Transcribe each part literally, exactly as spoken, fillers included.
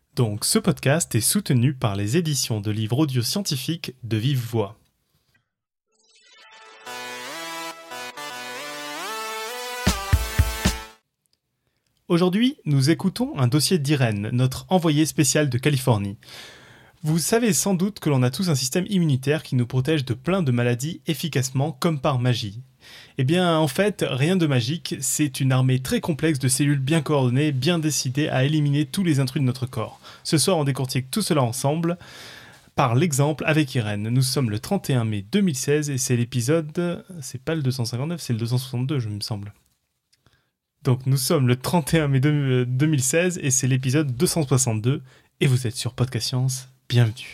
Donc, ce podcast est soutenu par les éditions de livres audio scientifiques de Vive Voix. Aujourd'hui, nous écoutons un dossier d'Irène, notre envoyée spéciale de Californie. Vous savez sans doute que l'on a tous un système immunitaire qui nous protège de plein de maladies efficacement comme par magie. Eh bien, en fait, rien de magique, c'est une armée très complexe de cellules bien coordonnées, bien décidées à éliminer tous les intrus de notre corps. Ce soir, on décortique tout cela ensemble, par l'exemple avec Irène. Nous sommes le trente et un mai deux mille seize et c'est l'épisode... C'est pas le deux cent cinquante-neuf, c'est le deux cent soixante-deux, je me semble. Donc nous sommes le trente et un mai deux mille seize et c'est l'épisode deux cent soixante-deux et vous êtes sur Podcast Science, bienvenue.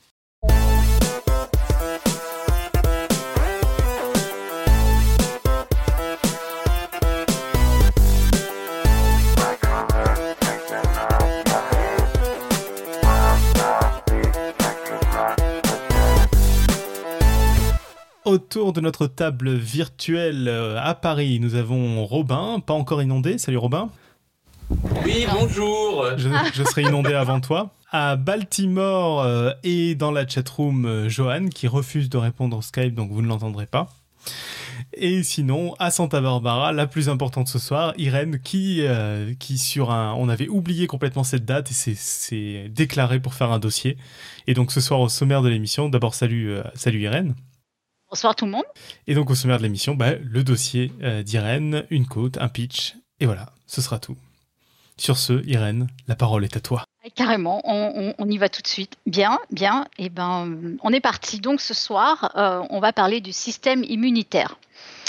Autour de notre table virtuelle à Paris, nous avons Robin, pas encore inondé. Salut Robin. Oui, bonjour. Je, je serai inondé avant toi. À Baltimore euh, et dans la chatroom, euh, Johan, qui refuse de répondre au Skype, donc vous ne l'entendrez pas. Et sinon, à Santa Barbara, la plus importante ce soir, Irène, qui, euh, qui sur un... On avait oublié complètement cette date et c'est, c'est déclaré pour faire un dossier. Et donc ce soir, au sommaire de l'émission, d'abord salut, euh, salut Irène. Bonsoir tout le monde. Et donc au sommaire de l'émission, bah, le dossier euh, d'Irène, une quote, un pitch, et voilà, ce sera tout. Sur ce, Irène, la parole est à toi. Carrément, on, on, on y va tout de suite. Bien, bien, et ben, on est parti. Donc ce soir, euh, on va parler du système immunitaire.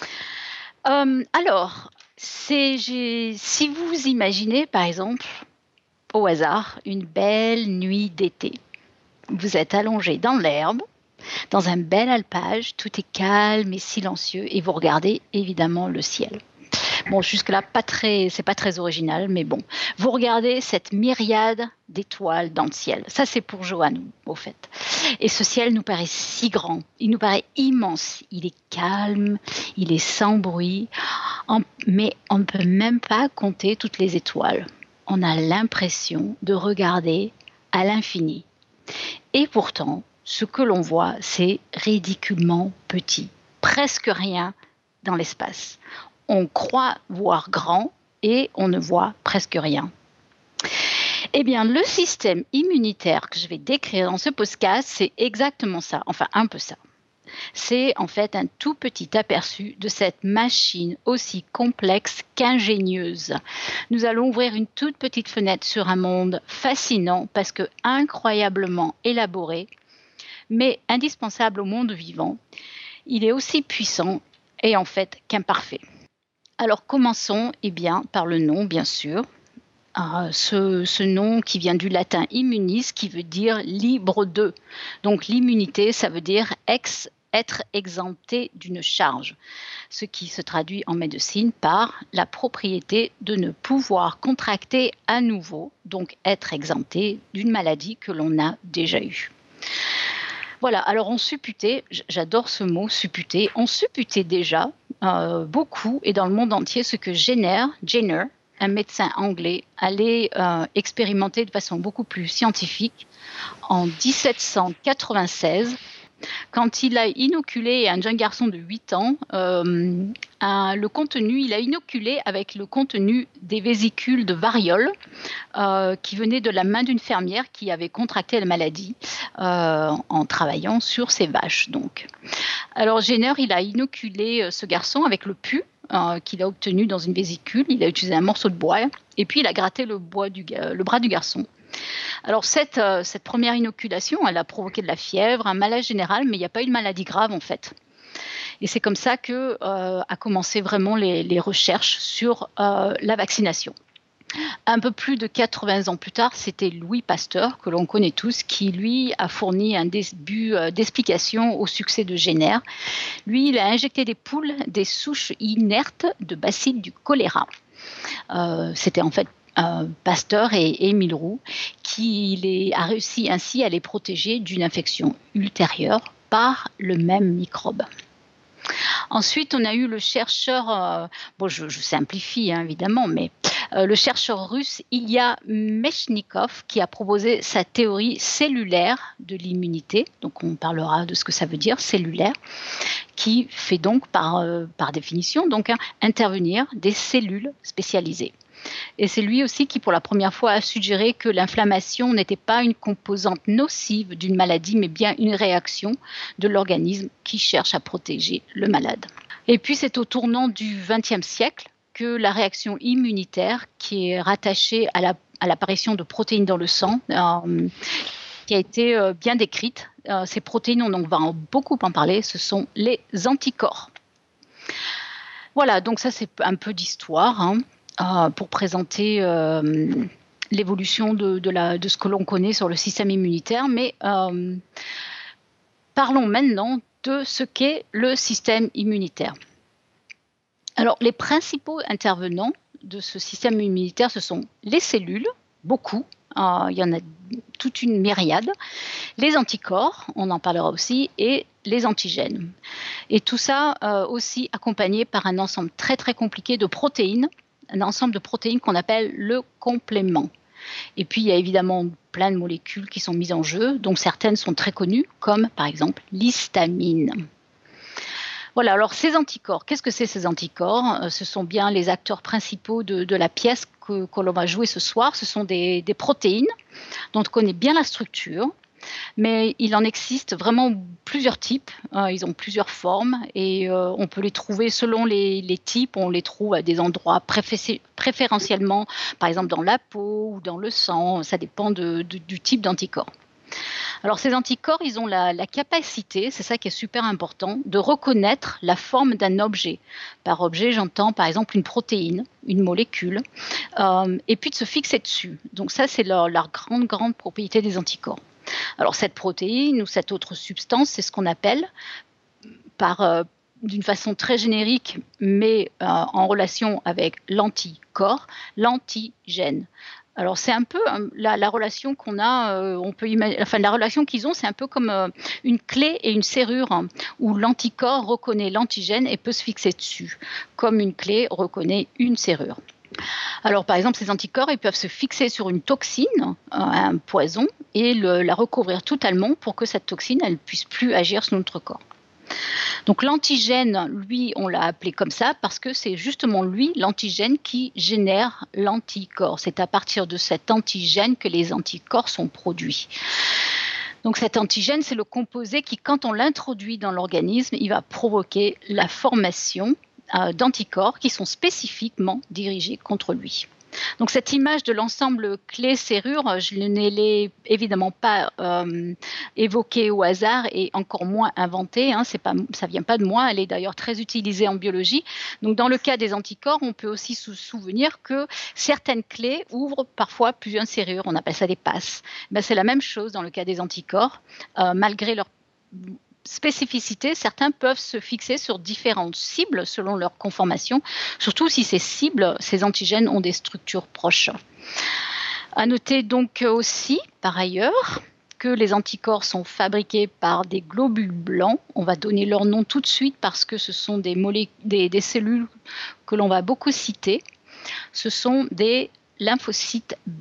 Euh, alors, c'est, j'ai, si vous vous imaginez, par exemple, au hasard, une belle nuit d'été, vous êtes allongé dans l'herbe, dans un bel alpage, tout est calme et silencieux et vous regardez évidemment le ciel. Bon, jusque-là, pas très, c'est pas très original, mais bon. Vous regardez cette myriade d'étoiles dans le ciel. Ça, c'est pour Johan, au fait. Et ce ciel nous paraît si grand, il nous paraît immense. Il est calme, il est sans bruit, mais on ne peut même pas compter toutes les étoiles. On a l'impression de regarder à l'infini. Et pourtant, ce que l'on voit, c'est ridiculement petit, presque rien dans l'espace. On croit voir grand et on ne voit presque rien. Eh bien, le système immunitaire que je vais décrire dans ce podcast, c'est exactement ça, enfin un peu ça. C'est en fait un tout petit aperçu de cette machine aussi complexe qu'ingénieuse. Nous allons ouvrir une toute petite fenêtre sur un monde fascinant parce que incroyablement élaboré, mais indispensable au monde vivant. Il est aussi puissant et en fait qu'imparfait. Alors commençons eh bien, par le nom, bien sûr. Euh, ce, ce nom qui vient du latin immunis, qui veut dire libre de. Donc l'immunité, ça veut dire ex, être exempté d'une charge, ce qui se traduit en médecine par la propriété de ne pouvoir contracter à nouveau, donc être exempté d'une maladie que l'on a déjà eue. Voilà, alors on supputait, j'adore ce mot, supputer, on supputait déjà euh, beaucoup et dans le monde entier ce que Jenner, Jenner un médecin anglais, allait euh, expérimenter de façon beaucoup plus scientifique en dix-sept cent quatre-vingt-seize quand il a inoculé à un jeune garçon de huit ans, euh, un, le contenu, il a inoculé avec le contenu des vésicules de variole euh, qui venaient de la main d'une fermière qui avait contracté la maladie euh, en travaillant sur ses vaches. Donc. Alors Jenner, il a inoculé ce garçon avec le pus euh, qu'il a obtenu dans une vésicule. Il a utilisé un morceau de bois et puis il a gratté le, bois du, le bras du garçon. Alors cette, euh, cette première inoculation, elle a provoqué de la fièvre, un malaise général, mais il n'y a pas eu de maladie grave en fait. Et c'est comme ça que euh, a commencé vraiment les, les recherches sur euh, la vaccination. Un peu plus de quatre-vingts ans plus tard, c'était Louis Pasteur, que l'on connaît tous, qui lui a fourni un début euh, d'explication au succès de Jenner. Lui, il a injecté des poules, des souches inertes de bacilles du choléra. Euh, c'était en fait Euh, Pasteur et Émile Roux, qui les, a réussi ainsi à les protéger d'une infection ultérieure par le même microbe. Ensuite, on a eu le chercheur, euh, bon, je, je simplifie hein, évidemment, mais euh, le chercheur russe Ilya Mechnikov qui a proposé sa théorie cellulaire de l'immunité. Donc on parlera de ce que ça veut dire, cellulaire, qui fait donc par, euh, par définition donc, hein, intervenir des cellules spécialisées. Et c'est lui aussi qui, pour la première fois, a suggéré que l'inflammation n'était pas une composante nocive d'une maladie, mais bien une réaction de l'organisme qui cherche à protéger le malade. Et puis, c'est au tournant du vingtième siècle que la réaction immunitaire, qui est rattachée à, la, à l'apparition de protéines dans le sang, euh, qui a été euh, bien décrite. Euh, ces protéines, on en va en beaucoup en parler, ce sont les anticorps. Voilà, donc ça, c'est un peu d'histoire, hein. Euh, pour présenter euh, l'évolution de, de, la, de ce que l'on connaît sur le système immunitaire. Mais euh, parlons maintenant de ce qu'est le système immunitaire. Alors, les principaux intervenants de ce système immunitaire, ce sont les cellules, beaucoup, euh, il y en a toute une myriade, les anticorps, on en parlera aussi, et les antigènes. Et tout ça euh, aussi accompagné par un ensemble très très compliqué de protéines, un ensemble de protéines qu'on appelle le complément. Et puis, il y a évidemment plein de molécules qui sont mises en jeu, dont certaines sont très connues, comme par exemple l'histamine. Voilà, alors ces anticorps, qu'est-ce que c'est ces anticorps ? Ce sont bien les acteurs principaux de, de la pièce que, que l'on va jouer ce soir. Ce sont des, des protéines dont on connaît bien la structure. Mais il en existe vraiment plusieurs types, euh, ils ont plusieurs formes et euh, on peut les trouver selon les, les types, on les trouve à des endroits préfé- préférentiellement, par exemple dans la peau ou dans le sang, ça dépend de, de, du type d'anticorps. Alors ces anticorps, ils ont la, la capacité, c'est ça qui est super important, de reconnaître la forme d'un objet. Par objet, j'entends par exemple une protéine, une molécule, euh, et puis de se fixer dessus. Donc ça, c'est leur, leur grande, grande propriété des anticorps. Alors cette protéine ou cette autre substance, c'est ce qu'on appelle, par, euh, d'une façon très générique, mais euh, en relation avec l'anticorps, l'antigène. Alors c'est un peu euh, la, la relation qu'on a, euh, on peut imaginer, enfin la relation qu'ils ont, c'est un peu comme euh, une clé et une serrure, hein, où l'anticorps reconnaît l'antigène et peut se fixer dessus, comme une clé reconnaît une serrure. Alors, par exemple, ces anticorps, ils peuvent se fixer sur une toxine, un poison, et le, la recouvrir totalement pour que cette toxine, elle ne puisse plus agir sur notre corps. Donc, l'antigène, lui, on l'a appelé comme ça parce que c'est justement lui, l'antigène, qui génère l'anticorps. C'est à partir de cet antigène que les anticorps sont produits. Donc, cet antigène, c'est le composé qui, quand on l'introduit dans l'organisme, il va provoquer la formation d'anticorps qui sont spécifiquement dirigés contre lui. Donc cette image de l'ensemble clé-serrure, je ne l'ai évidemment pas euh, évoquée au hasard et encore moins inventée, hein, c'est pas, ça ne vient pas de moi, elle est d'ailleurs très utilisée en biologie. Donc dans le cas des anticorps, on peut aussi se souvenir que certaines clés ouvrent parfois plusieurs serrures, on appelle ça des passes. Ben, c'est la même chose dans le cas des anticorps, euh, malgré leur spécificité, certains peuvent se fixer sur différentes cibles selon leur conformation, surtout si ces cibles, ces antigènes ont des structures proches. À noter donc aussi, par ailleurs, que les anticorps sont fabriqués par des globules blancs. On va donner leur nom tout de suite parce que ce sont des, molé- des, des cellules que l'on va beaucoup citer. Ce sont des lymphocytes B.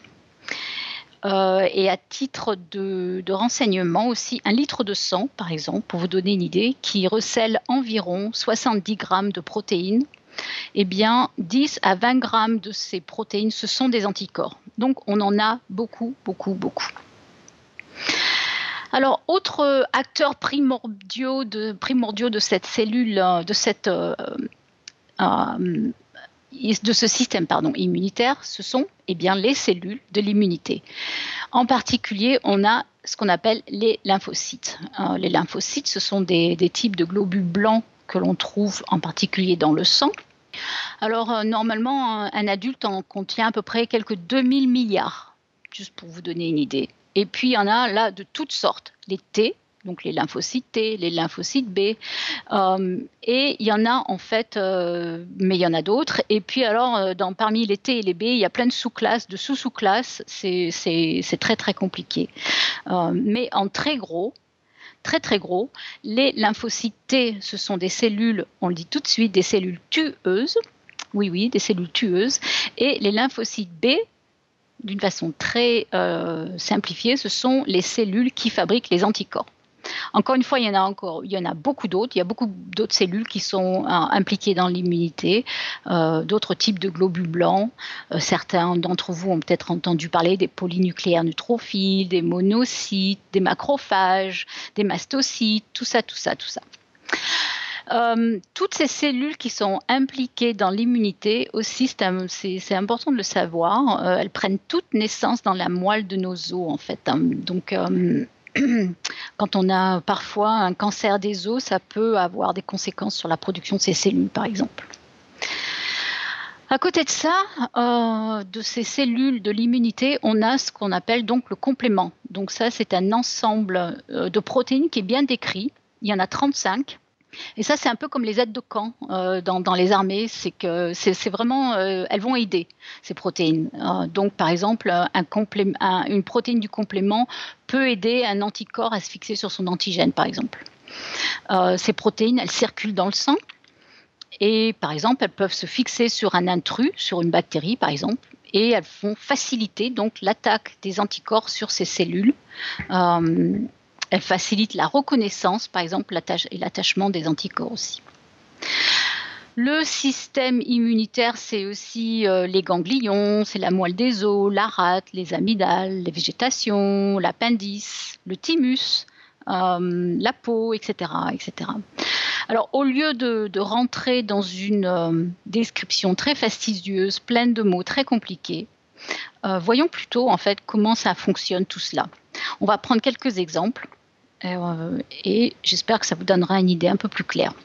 Euh, et à titre de, de renseignement aussi, un litre de sang, par exemple, pour vous donner une idée, qui recèle environ soixante-dix grammes de protéines, eh bien, dix à vingt grammes de ces protéines, ce sont des anticorps. Donc, on en a beaucoup, beaucoup, beaucoup. Alors, autre acteur primordiaux de, primordiaux de cette cellule, de cette... Euh, euh, de ce système pardon, immunitaire, ce sont eh bien, les cellules de l'immunité. En particulier, on a ce qu'on appelle les lymphocytes. Euh, les lymphocytes, ce sont des, des types de globules blancs que l'on trouve en particulier dans le sang. Alors, euh, normalement, un, un adulte en contient à peu près quelques deux mille milliards, juste pour vous donner une idée. Et puis, il y en a là de toutes sortes. Les T, donc les lymphocytes T, les lymphocytes B, euh, et il y en a en fait, euh, mais il y en a d'autres. Et puis alors, euh, dans, parmi les T et les B, il y a plein de sous-classes, de sous-sous-classes, c'est, c'est, c'est très très compliqué. Euh, mais en très gros, très très gros, les lymphocytes T, ce sont des cellules, on le dit tout de suite, des cellules tueuses. oui, oui, des cellules tueuses. Et les lymphocytes B, d'une façon très euh, simplifiée, ce sont les cellules qui fabriquent les anticorps. Encore une fois, il y en a encore, il y en a beaucoup d'autres. Il y a beaucoup d'autres cellules qui sont euh, impliquées dans l'immunité, euh, d'autres types de globules blancs. Euh, certains d'entre vous ont peut-être entendu parler des polynucléaires neutrophiles, des monocytes, des macrophages, des mastocytes, tout ça, tout ça, tout ça. Euh, toutes ces cellules qui sont impliquées dans l'immunité aussi, c'est, un, c'est, c'est important de le savoir, euh, elles prennent toute naissance dans la moelle de nos os en fait. Hein. Donc, euh, quand on a parfois un cancer des os, ça peut avoir des conséquences sur la production de ces cellules, par exemple. À côté de ça, euh, de ces cellules de l'immunité, on a ce qu'on appelle donc le complément. Donc ça, c'est un ensemble euh, de protéines qui est bien décrit. Il y en a trente-cinq. Et ça, c'est un peu comme les aides de camp euh, dans, dans les armées. C'est que c'est, c'est vraiment, euh, elles vont aider ces protéines. Euh, donc, par exemple, un complé- un, une protéine du complément peut aider un anticorps à se fixer sur son antigène, par exemple. Euh, ces protéines, elles circulent dans le sang. Et par exemple, elles peuvent se fixer sur un intrus, sur une bactérie, par exemple. Et elles vont faciliter donc l'attaque des anticorps sur ces cellules. Euh, Elles facilitent la reconnaissance, par exemple, et l'attachement des anticorps aussi. Le système immunitaire, c'est aussi euh, les ganglions, c'est la moelle des os, la rate, les amygdales, les végétations, l'appendice, le thymus, euh, la peau, et cetera, et cetera. Alors, au lieu de, de rentrer dans une euh, description très fastidieuse, pleine de mots très compliqués, euh, voyons plutôt en fait comment ça fonctionne tout cela. On va prendre quelques exemples. Euh, et j'espère que ça vous donnera une idée un peu plus claire.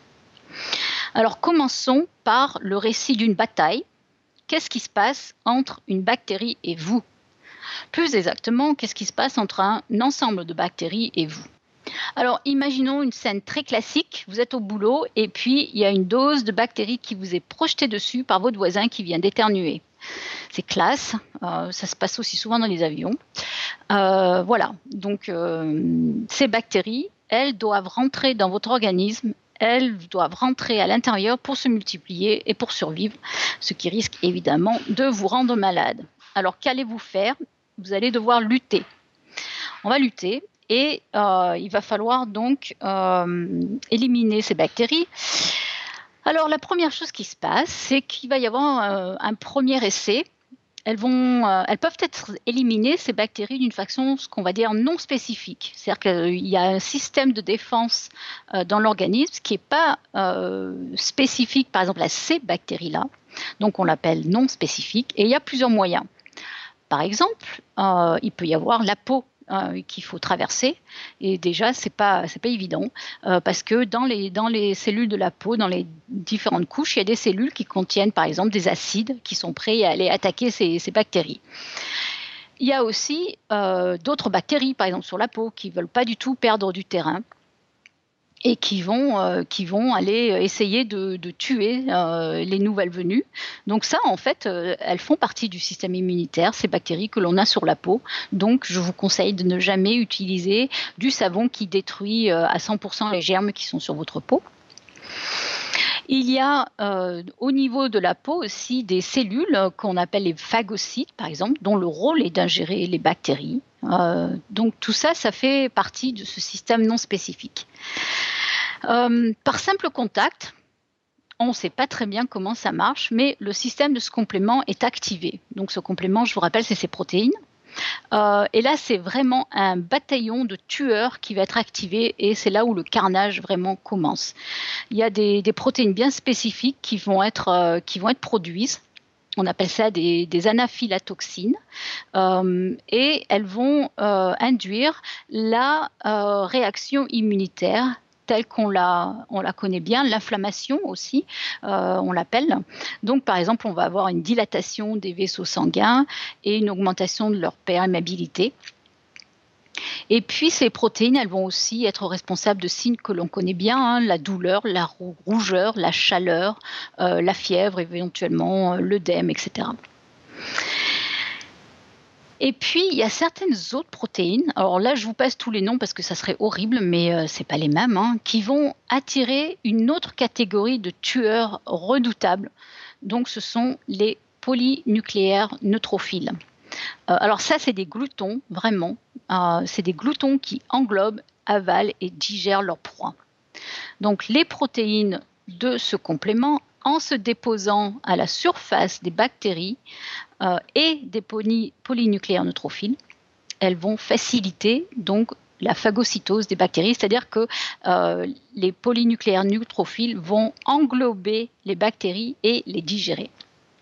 Alors commençons par le récit d'une bataille. Qu'est-ce qui se passe entre une bactérie et vous ? Plus exactement, qu'est-ce qui se passe entre un ensemble de bactéries et vous ? Alors imaginons une scène très classique, vous êtes au boulot et puis il y a une dose de bactéries qui vous est projetée dessus par votre voisin qui vient d'éternuer. C'est classe, euh, ça se passe aussi souvent dans les avions. Euh, voilà, donc euh, ces bactéries, elles doivent rentrer dans votre organisme, elles doivent rentrer à l'intérieur pour se multiplier et pour survivre, ce qui risque évidemment de vous rendre malade. Alors qu'allez-vous faire ? Vous allez devoir lutter. On va lutter et euh, il va falloir donc euh, éliminer ces bactéries. Alors la première chose qui se passe, c'est qu'il va y avoir euh, un premier essai. Elles, vont, euh, elles peuvent être éliminées, ces bactéries, d'une façon, ce qu'on va dire, non spécifique. C'est-à-dire qu'il y a un système de défense euh, dans l'organisme qui n'est pas euh, spécifique, par exemple, à ces bactéries-là. Donc, on l'appelle non spécifique. Et il y a plusieurs moyens. Par exemple, euh, il peut y avoir la peau euh, qu'il faut traverser. Et déjà, ce n'est pas, c'est pas évident euh, parce que dans les, dans les cellules de la peau, dans les différentes couches, il y a des cellules qui contiennent, par exemple, des acides qui sont prêts à aller attaquer ces, ces bactéries. Il y a aussi euh, d'autres bactéries, par exemple, sur la peau, qui ne veulent pas du tout perdre du terrain et qui vont, euh, qui vont aller essayer de, de tuer euh, les nouvelles venues. Donc ça, en fait, euh, elles font partie du système immunitaire, ces bactéries que l'on a sur la peau. Donc, je vous conseille de ne jamais utiliser du savon qui détruit euh, à cent pour cent les germes qui sont sur votre peau. Il y a euh, au niveau de la peau aussi des cellules qu'on appelle les phagocytes, par exemple, dont le rôle est d'ingérer les bactéries. Euh, donc tout ça, ça fait partie de ce système non spécifique. Euh, par simple contact, on ne sait pas très bien comment ça marche, mais le système de ce complément est activé. Donc ce complément, je vous rappelle, c'est ces protéines. Euh, et là, c'est vraiment un bataillon de tueurs qui va être activé et c'est là où le carnage vraiment commence. Il y a des, des protéines bien spécifiques qui vont être, euh, qui vont être produites. On appelle ça des, des anaphylatoxines euh, et elles vont euh, induire la euh, réaction immunitaire telle qu'on la, on la connaît bien, l'inflammation aussi, euh, on l'appelle. Donc, par exemple, on va avoir une dilatation des vaisseaux sanguins et une augmentation de leur perméabilité. Et puis, ces protéines, elles vont aussi être responsables de signes que l'on connaît bien, hein, la douleur, la rougeur, la chaleur, euh, la fièvre, éventuellement euh, l'œdème, et cetera. Et puis, il y a certaines autres protéines, alors là, je vous passe tous les noms parce que ça serait horrible, mais euh, ce n'est pas les mêmes, hein, qui vont attirer une autre catégorie de tueurs redoutables. Donc, ce sont les polynucléaires neutrophiles. Euh, alors ça, c'est des gloutons, vraiment. Euh, c'est des gloutons qui englobent, avalent et digèrent leur proie. Donc, les protéines de ce complément, en se déposant à la surface des bactéries euh, et des poly- polynucléaires neutrophiles, elles vont faciliter donc la phagocytose des bactéries, c'est-à-dire que euh, les polynucléaires neutrophiles vont englober les bactéries et les digérer.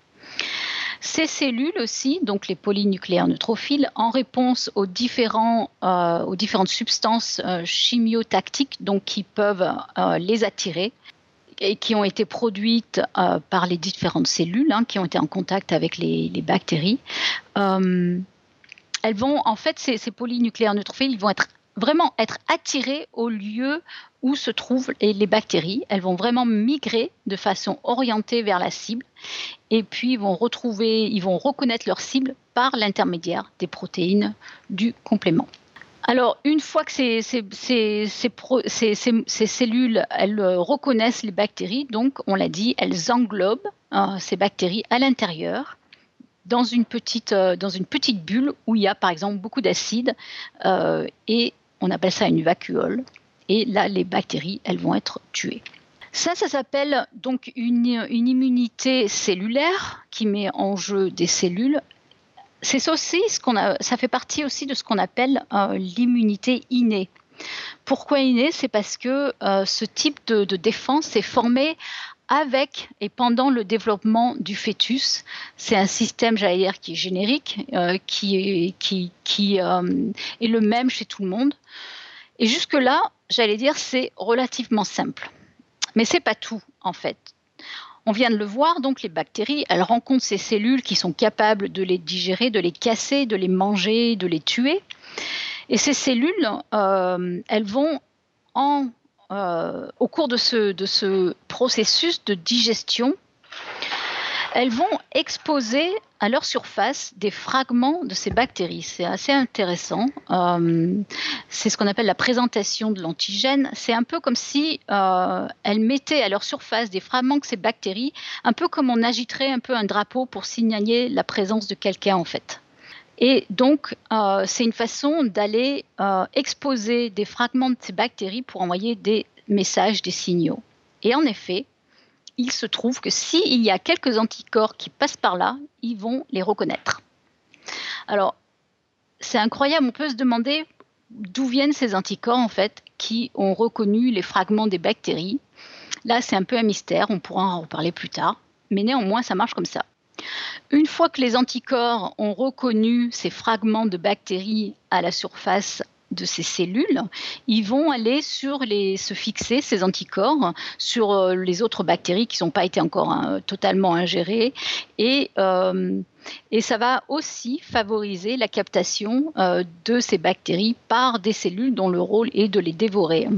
Ces cellules aussi, donc les polynucléaires neutrophiles, en réponse aux, différents, euh, aux différentes substances euh, chimiotactiques donc, qui peuvent euh, les attirer et qui ont été produites euh, par les différentes cellules hein, qui ont été en contact avec les, les bactéries, euh, elles vont, en fait, ces, ces polynucléaires neutrophiles, ils vont être, vraiment être attirés au lieu où se trouvent les, les bactéries. Elles vont vraiment migrer de façon orientée vers la cible et puis ils vont retrouver, ils vont reconnaître leur cible par l'intermédiaire des protéines du complément. Alors, une fois que ces, ces, ces, ces, pro, ces, ces cellules elles reconnaissent les bactéries, donc on l'a dit, elles englobent euh, ces bactéries à l'intérieur dans une petite, euh, dans une petite bulle où il y a par exemple beaucoup d'acide euh, et on appelle ça une vacuole. Et là, les bactéries, elles vont être tuées. Ça, ça s'appelle donc une, une immunité cellulaire qui met en jeu des cellules. C'est aussi ce qu'on a, ça fait partie aussi de ce qu'on appelle euh, l'immunité innée. Pourquoi innée ? C'est parce que euh, ce type de, de défense est formé avec et pendant le développement du fœtus. C'est un système, j'allais dire, qui est générique, euh, qui, est, qui, qui euh, est le même chez tout le monde. Et jusque-là, j'allais dire, c'est relativement simple. Mais ce n'est pas tout, en fait. On vient de le voir, donc les bactéries, elles rencontrent ces cellules qui sont capables de les digérer, de les casser, de les manger, de les tuer. Et ces cellules, euh, elles vont, en, euh, au cours de ce, de ce processus de digestion, elles vont exposer à leur surface des fragments de ces bactéries. C'est assez intéressant. Euh, c'est ce qu'on appelle la présentation de l'antigène. C'est un peu comme si euh, elles mettaient à leur surface des fragments de ces bactéries, un peu comme on agiterait un peu un drapeau pour signaler la présence de quelqu'un en fait. Et donc, euh, c'est une façon d'aller euh, exposer des fragments de ces bactéries pour envoyer des messages, des signaux. Et en effet, il se trouve que s'il y a quelques anticorps qui passent par là, ils vont les reconnaître. Alors, c'est incroyable, on peut se demander d'où viennent ces anticorps, en fait, qui ont reconnu les fragments des bactéries. Là, c'est un peu un mystère, on pourra en reparler plus tard, mais néanmoins, ça marche comme ça. Une fois que les anticorps ont reconnu ces fragments de bactéries à la surface de ces cellules, ils vont aller sur les, se fixer, ces anticorps, sur euh, les autres bactéries qui n'ont pas été encore hein, totalement ingérées. Et, euh, et ça va aussi favoriser la captation euh, de ces bactéries par des cellules dont le rôle est de les dévorer.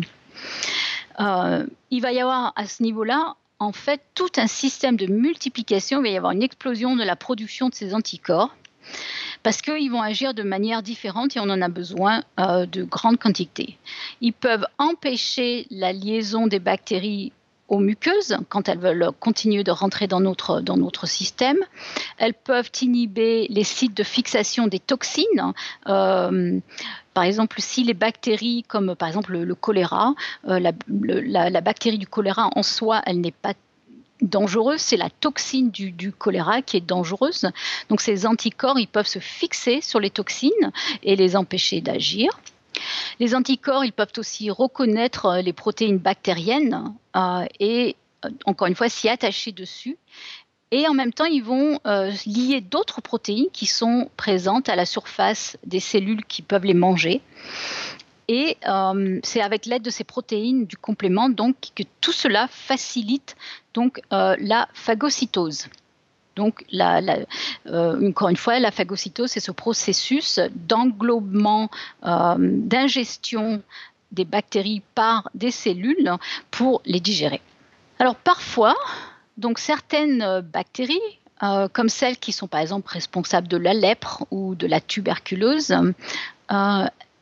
Euh, il va y avoir à ce niveau-là, en fait, tout un système de multiplication. Il va y avoir une explosion de la production de ces anticorps, parce qu'ils vont agir de manière différente et on en a besoin euh, de grandes quantités. Ils peuvent empêcher la liaison des bactéries aux muqueuses quand elles veulent continuer de rentrer dans notre, dans notre système. Elles peuvent inhiber les sites de fixation des toxines. Euh, par exemple, si les bactéries, comme par exemple le, le choléra, euh, la, le, la, la bactérie du choléra en soi, elle n'est pas dangereuse, c'est la toxine du, du choléra qui est dangereuse. Donc ces anticorps, ils peuvent se fixer sur les toxines et les empêcher d'agir. Les anticorps, ils peuvent aussi reconnaître les protéines bactériennes euh, et, encore une fois, s'y attacher dessus. Et en même temps, ils vont euh, lier d'autres protéines qui sont présentes à la surface des cellules qui peuvent les manger. Et euh, c'est avec l'aide de ces protéines du complément donc, que tout cela facilite donc, euh, la phagocytose. Donc, la, la, euh, encore une fois, la phagocytose, c'est ce processus d'englobement, euh, d'ingestion des bactéries par des cellules pour les digérer. Alors, parfois, donc, certaines bactéries, euh, comme celles qui sont par exemple responsables de la lèpre ou de la tuberculose, euh,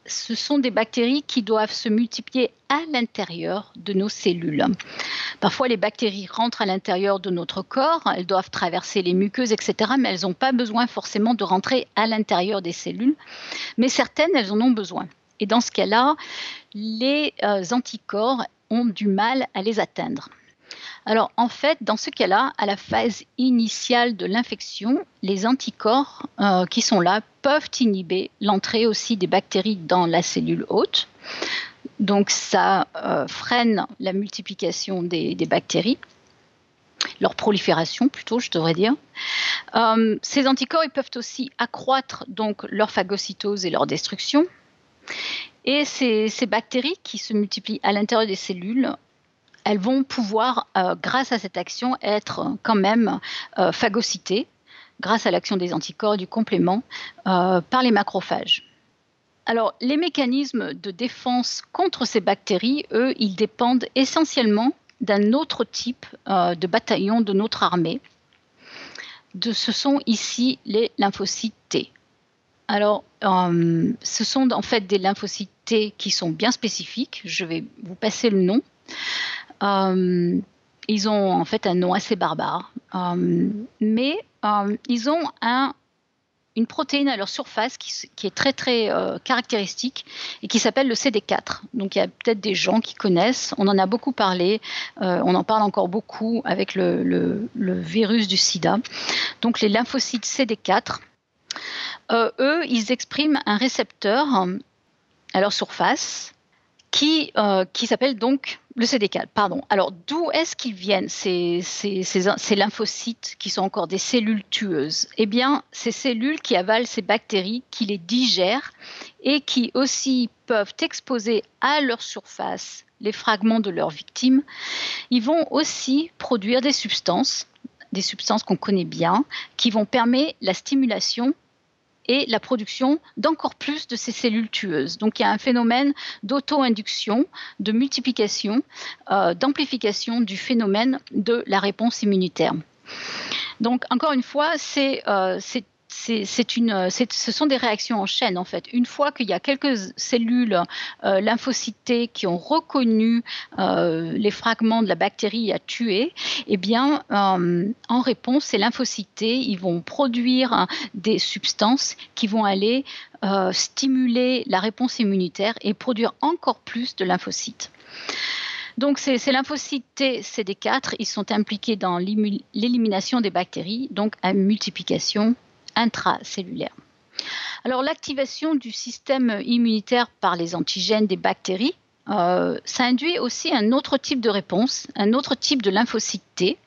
ce sont des bactéries qui doivent se multiplier à l'intérieur de nos cellules. Parfois, les bactéries rentrent à l'intérieur de notre corps, elles doivent traverser les muqueuses, et cetera, mais elles n'ont pas besoin forcément de rentrer à l'intérieur des cellules. Mais certaines, elles en ont besoin. Et dans ce cas-là, les euh, anticorps ont du mal à les atteindre. Alors, en fait, dans ce cas-là, à la phase initiale de l'infection, les anticorps euh, qui sont là peuvent inhiber l'entrée aussi des bactéries dans la cellule hôte. Donc, ça euh, freine la multiplication des, des bactéries, leur prolifération plutôt, je devrais dire. Euh, ces anticorps, ils peuvent aussi accroître donc leur phagocytose et leur destruction. Et ces, ces bactéries qui se multiplient à l'intérieur des cellules, elles vont pouvoir, euh, grâce à cette action, être quand même euh, phagocytées, grâce à l'action des anticorps et du complément, euh, par les macrophages. Alors, les mécanismes de défense contre ces bactéries, eux, ils dépendent essentiellement d'un autre type euh, de bataillon de notre armée. De, ce sont ici les lymphocytes T. Alors, euh, ce sont en fait des lymphocytes T qui sont bien spécifiques. Je vais vous passer le nom. Euh, ils ont en fait un nom assez barbare, euh, mais euh, ils ont un, une protéine à leur surface qui, qui est très très euh, caractéristique et qui s'appelle le C D quatre. Donc il y a peut-être des gens qui connaissent, on en a beaucoup parlé, euh, on en parle encore beaucoup avec le, le, le virus du sida. Donc les lymphocytes C D quatre, euh, eux, ils expriment un récepteur à leur surface qui, euh, qui s'appelle donc le C D quatre. Pardon. Alors, d'où est-ce qu'ils viennent, ces, ces, ces, ces lymphocytes qui sont encore des cellules tueuses? Eh bien, ces cellules qui avalent ces bactéries, qui les digèrent et qui aussi peuvent exposer à leur surface les fragments de leurs victimes, ils vont aussi produire des substances, des substances qu'on connaît bien, qui vont permettre la stimulation et la production d'encore plus de ces cellules tueuses. Donc il y a un phénomène d'auto-induction, de multiplication, euh, d'amplification du phénomène de la réponse immunitaire. Donc encore une fois, c'est, euh, c'est C'est, c'est une, c'est, ce sont des réactions en chaîne en fait. Une fois qu'il y a quelques cellules euh, lymphocytées qui ont reconnu euh, les fragments de la bactérie à tuer, eh bien, euh, en réponse, ces lymphocytés, ils vont produire hein, des substances qui vont aller euh, stimuler la réponse immunitaire et produire encore plus de lymphocytes. Donc ces, ces lymphocytes T C D quatre, ils sont impliqués dans l'élimination des bactéries, donc à multiplication intracellulaire. Alors l'activation du système immunitaire par les antigènes des bactéries, euh, ça induit aussi un autre type de réponse, un autre type de lymphocytes T.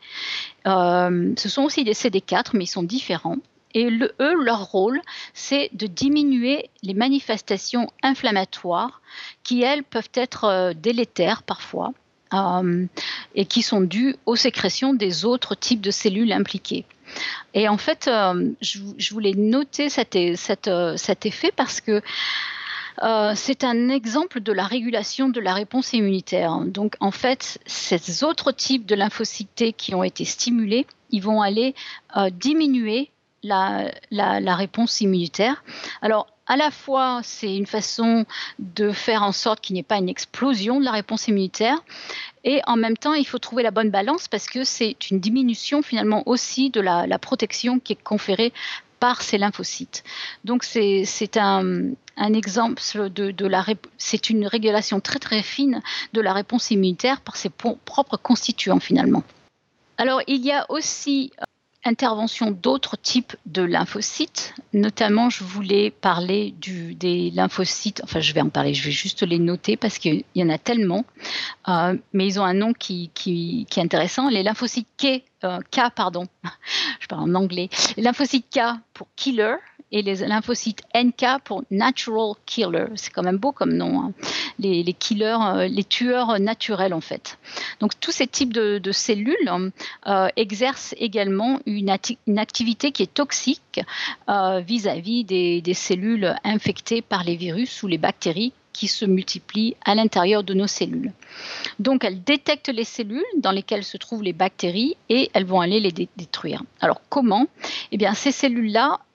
Euh, ce sont aussi des C D quatre, mais ils sont différents. Et le, eux, leur rôle, c'est de diminuer les manifestations inflammatoires qui, elles, peuvent être euh, délétères parfois euh, et qui sont dues aux sécrétions des autres types de cellules impliquées. Et en fait, euh, je, je voulais noter cet, cet, cet effet parce que euh, c'est un exemple de la régulation de la réponse immunitaire. Donc, en fait, ces autres types de lymphocytes T qui ont été stimulés, ils vont aller euh, diminuer la, la, la réponse immunitaire. Alors, à la fois, c'est une façon de faire en sorte qu'il n'y ait pas une explosion de la réponse immunitaire. Et en même temps, il faut trouver la bonne balance parce que c'est une diminution finalement aussi de la, la protection qui est conférée par ces lymphocytes. Donc c'est, c'est un, un exemple de, de la c'est une régulation très très fine de la réponse immunitaire par ses propres constituants finalement. Alors il y a aussi intervention d'autres types de lymphocytes, notamment je voulais parler du, des lymphocytes, enfin je vais en parler, je vais juste les noter parce qu'il y en a tellement, euh, mais ils ont un nom qui, qui, qui est intéressant, les lymphocytes K, euh, K pardon, je parle en anglais, les lymphocytes K pour killer et les lymphocytes N K pour natural killer, c'est quand même beau comme nom, hein. les, les killers, euh, les tueurs naturels en fait. Donc tous ces types de, de cellules euh, exercent également une, ati- une activité qui est toxique euh, vis-à-vis des, des cellules infectées par les virus ou les bactéries qui se multiplient à l'intérieur de nos cellules. Donc elles détectent les cellules dans lesquelles se trouvent les bactéries et elles vont aller les dé- détruire. Alors comment ? Eh bien ces cellules-là,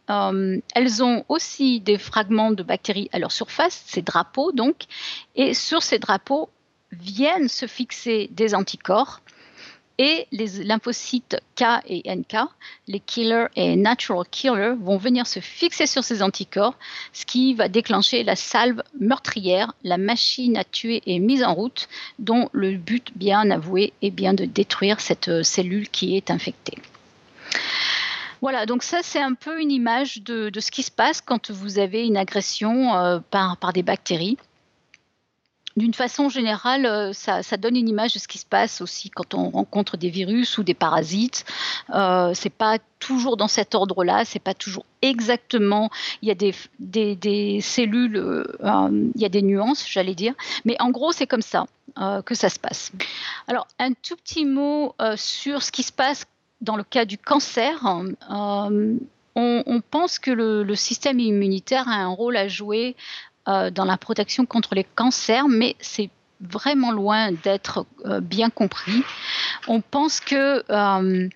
euh, elles ont aussi des fragments de bactéries à leur surface, ces drapeaux donc, et sur ces drapeaux viennent se fixer des anticorps. Et les lymphocytes K et N K, les killers et natural killers, vont venir se fixer sur ces anticorps, ce qui va déclencher la salve meurtrière. La machine à tuer est mise en route, dont le but bien avoué est bien de détruire cette cellule qui est infectée. Voilà, donc ça c'est un peu une image de, de ce qui se passe quand vous avez une agression euh, par, par des bactéries. D'une façon générale, ça, ça donne une image de ce qui se passe aussi quand on rencontre des virus ou des parasites. Euh, c'est pas toujours dans cet ordre-là, c'est pas toujours exactement. Il y a des, des, des cellules, euh, il y a des nuances, j'allais dire, mais en gros c'est comme ça euh, que ça se passe. Alors un tout petit mot euh, sur ce qui se passe dans le cas du cancer. Euh, on, on pense que le, le système immunitaire a un rôle à jouer Euh, dans la protection contre les cancers, mais c'est vraiment loin d'être euh, bien compris. On pense que euh,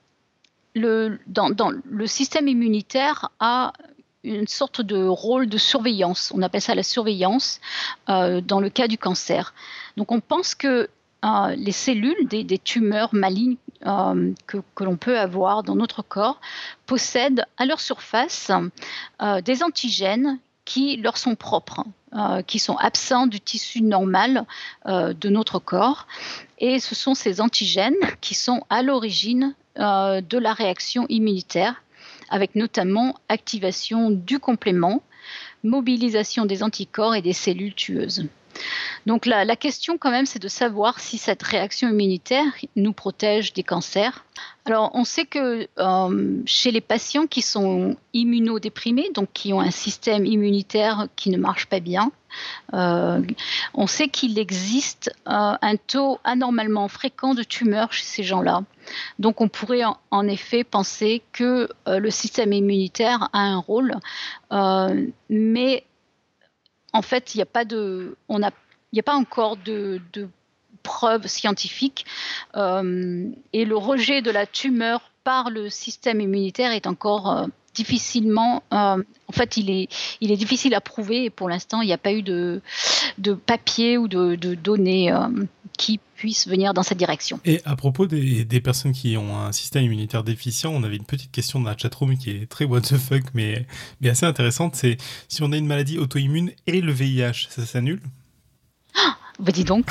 le, dans, dans, le système immunitaire a une sorte de rôle de surveillance. On appelle ça la surveillance euh, dans le cas du cancer. Donc on pense que euh, les cellules des, des tumeurs malignes euh, que, que l'on peut avoir dans notre corps possèdent à leur surface euh, des antigènes qui leur sont propres, euh, qui sont absents du tissu normal euh, de notre corps. Et ce sont ces antigènes qui sont à l'origine euh, de la réaction immunitaire, avec notamment activation du complément, mobilisation des anticorps et des cellules tueuses. Donc la, la question quand même, c'est de savoir si cette réaction immunitaire nous protège des cancers. Alors on sait que euh, chez les patients qui sont immunodéprimés, donc qui ont un système immunitaire qui ne marche pas bien, euh, on sait qu'il existe euh, un taux anormalement fréquent de tumeurs chez ces gens-là. Donc on pourrait en, en effet penser que euh, le système immunitaire a un rôle, euh, mais en fait, il n'y a pas de, on a, il n'y a pas encore de, de preuves scientifiques euh, et le rejet de la tumeur par le système immunitaire est encore euh, difficilement, euh, en fait, il est, il est difficile à prouver et pour l'instant, il n'y a pas eu de, de papier ou de, de données euh, qui puissent venir dans cette direction. Et à propos des, des personnes qui ont un système immunitaire déficient, on avait une petite question dans la chatroom qui est très what the fuck, mais, mais assez intéressante, c'est si on a une maladie auto-immune et le V I H, ça s'annule ? Ah, bah dis donc.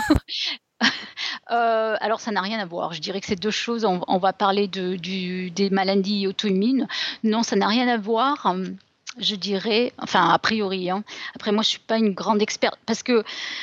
Euh, alors ça n'a rien à voir, je dirais que c'est deux choses, on, on va parler de, du, des maladies auto-immunes, non ça n'a rien à voir, je dirais, enfin a priori, hein. Après moi je ne suis pas une grande experte, parce que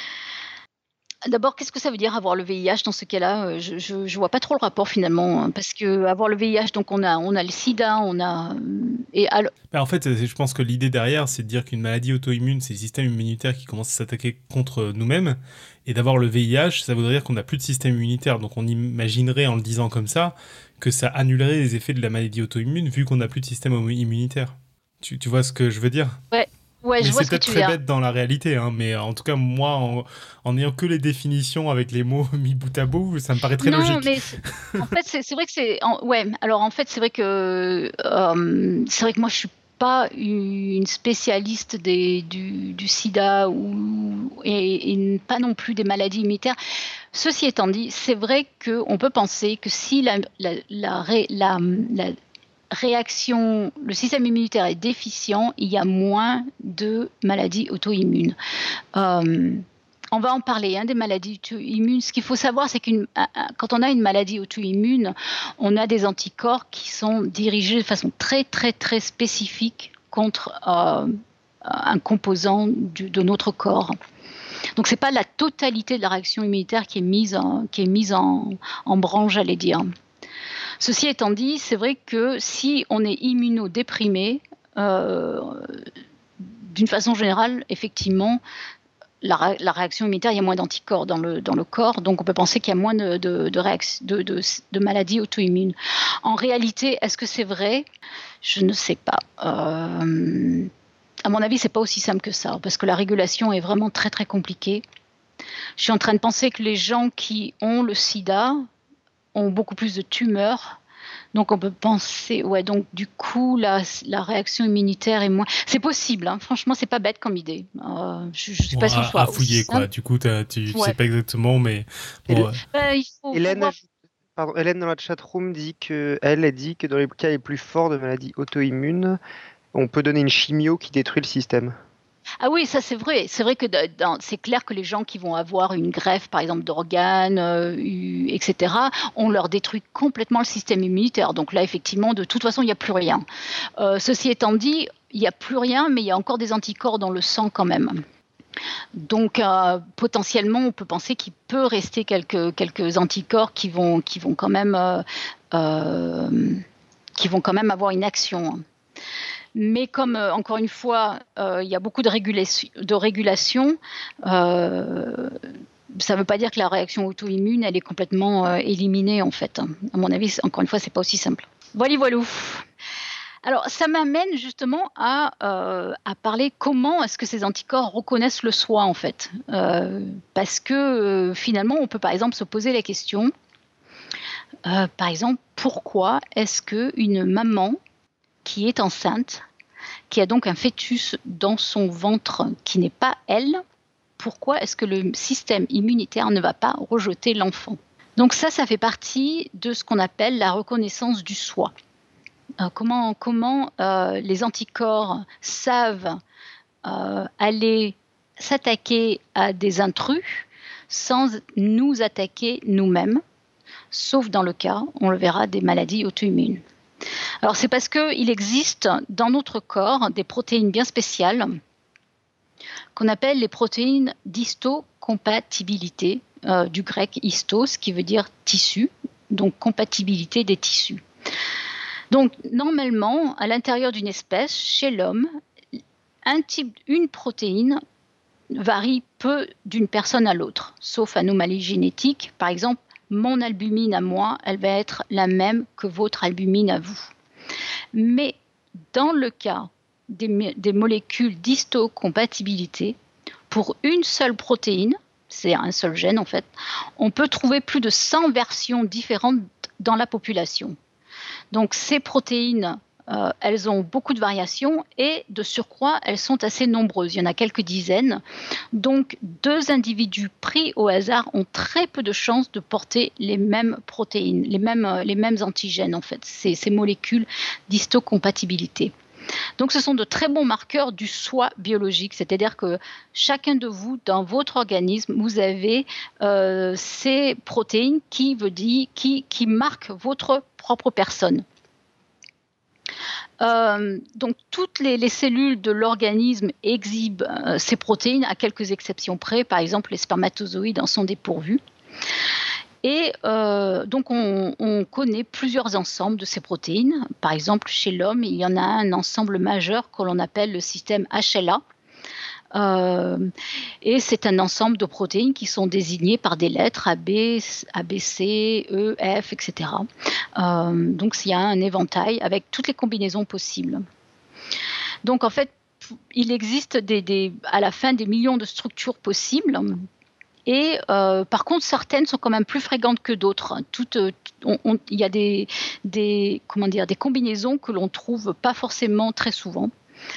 d'abord, qu'est-ce que ça veut dire avoir le V I H dans ce cas-là ? Je ne vois pas trop le rapport finalement, hein, parce qu'avoir le V I H, donc on a, on a le sida, on a... Et alors... bah en fait, je pense que l'idée derrière, c'est de dire qu'une maladie auto-immune, c'est le système immunitaire qui commence à s'attaquer contre nous-mêmes, et d'avoir le V I H, ça voudrait dire qu'on n'a plus de système immunitaire, donc on imaginerait en le disant comme ça, que ça annulerait les effets de la maladie auto-immune, vu qu'on n'a plus de système immunitaire. Tu, tu vois ce que je veux dire ? Ouais. Ouais, mais je vois c'est ce que peut-être tu très veux bête dans la réalité, hein, mais en tout cas, moi, en, en ayant que les définitions avec les mots mis bout à bout, ça me paraît très non, logique. Non, mais en fait, c'est, c'est vrai que c'est... En, ouais, alors en fait, c'est vrai que... Euh, c'est vrai que moi, je suis pas une spécialiste des, du, du sida ou, et, et pas non plus des maladies immunitaires. Ceci étant dit, c'est vrai qu'on peut penser que si la, la, la, la, la réaction, le système immunitaire est déficient, il y a moins de maladies auto-immunes. Euh, on va en parler, hein, des maladies auto-immunes. Ce qu'il faut savoir, c'est que quand on a une maladie auto-immune, on a des anticorps qui sont dirigés de façon très, très, très spécifique contre euh, un composant du, de notre corps. Donc, ce n'est pas la totalité de la réaction immunitaire qui est mise en, qui est mise en, en branle, j'allais dire. Ceci étant dit, c'est vrai que si on est immunodéprimé, euh, d'une façon générale, effectivement, la, la réaction immunitaire, il y a moins d'anticorps dans le, dans le corps, donc on peut penser qu'il y a moins de, de, de, réaction, de, de, de maladies auto-immunes. En réalité, est-ce que c'est vrai ? Je ne sais pas. Euh, à mon avis, ce n'est pas aussi simple que ça, parce que la régulation est vraiment très très compliquée. Je suis en train de penser que les gens qui ont le sida ont beaucoup plus de tumeurs Donc on peut penser, ouais, donc du coup la, la réaction immunitaire est moins. C'est possible, hein. Franchement, c'est pas bête comme idée. Euh, je, je suis Bon, pas sûre que à, ce soit à fouiller, aussi quoi. simple. Du coup, t'as- tu Ouais. sais pas exactement, mais bon, Hélène, ouais. Euh, il faut, faut Hélène, voir. ajoute- pardon, Hélène dans la chatroom dit que elle, elle dit que dans les cas les plus forts de maladies auto-immunes, on peut donner une chimio qui détruit le système. Ah oui, ça c'est vrai. C'est vrai que de- dans- c'est clair que les gens qui vont avoir une greffe, par exemple, d'organes, euh, eu- et cetera, on leur détruit complètement le système immunitaire. Donc là, effectivement, de toute façon, il n'y a plus rien. Euh, ceci étant dit, il n'y a plus rien, mais il y a encore des anticorps dans le sang quand même. Donc euh, potentiellement, on peut penser qu'il peut rester quelques, quelques anticorps qui vont, qui vont quand même, euh, euh, qui vont quand même avoir une action. Mais comme, euh, encore une fois, euh, il y a beaucoup de régulation, de régulation euh, ça ne veut pas dire que la réaction auto-immune, elle est complètement euh, éliminée, en fait. À mon avis, encore une fois, ce n'est pas aussi simple. Voilà, voilà. Alors, ça m'amène justement à, euh, à parler comment est-ce que ces anticorps reconnaissent le soi, en fait. Euh, parce que, euh, finalement, on peut, par exemple, se poser la question, euh, par exemple, pourquoi est-ce qu'une maman qui est enceinte, qui a donc un fœtus dans son ventre qui n'est pas elle, pourquoi est-ce que le système immunitaire ne va pas rejeter l'enfant? Donc ça, ça fait partie de ce qu'on appelle la reconnaissance du soi. Euh, comment comment euh, les anticorps savent euh, aller s'attaquer à des intrus sans nous attaquer nous-mêmes, sauf dans le cas, on le verra, des maladies auto-immunes. Alors c'est parce qu'il existe dans notre corps des protéines bien spéciales qu'on appelle les protéines d'histocompatibilité, euh, du grec histos, qui veut dire tissu, donc compatibilité des tissus. Donc normalement, à l'intérieur d'une espèce, chez l'homme, un type, une protéine varie peu d'une personne à l'autre, sauf anomalie génétique. Par exemple, mon albumine à moi, elle va être la même que votre albumine à vous. Mais dans le cas des, des molécules d'histocompatibilité, pour une seule protéine, c'est un seul gène en fait, on peut trouver plus de cent versions différentes dans la population. Donc ces protéines, euh, elles ont beaucoup de variations et de surcroît, elles sont assez nombreuses. Il y en a quelques dizaines. Donc deux individus pris au hasard ont très peu de chances de porter les mêmes protéines, les mêmes, les mêmes antigènes en fait, ces, ces molécules d'histocompatibilité. Donc ce sont de très bons marqueurs du soi biologique, c'est-à-dire que chacun de vous, dans votre organisme, vous avez euh, ces protéines qui, veut dire, qui, qui marquent votre propre personne. Euh, donc toutes les, les cellules de l'organisme exhibent euh, ces protéines, à quelques exceptions près. Par exemple, les spermatozoïdes en sont dépourvus. Et euh, donc on, on connaît plusieurs ensembles de ces protéines. Par exemple, chez l'homme, il y en a un ensemble majeur que l'on appelle le système H L A. Euh, et c'est un ensemble de protéines qui sont désignées par des lettres A, B, A, B, C, E, F, et cetera. Euh, donc il y a un éventail avec toutes les combinaisons possibles. Donc en fait, il existe des, des, à la fin des millions de structures possibles. Et euh, par contre, certaines sont quand même plus fréquentes que d'autres. Toutes, on, on, il y a des, des, comment dire, des combinaisons que l'on trouve pas forcément très souvent.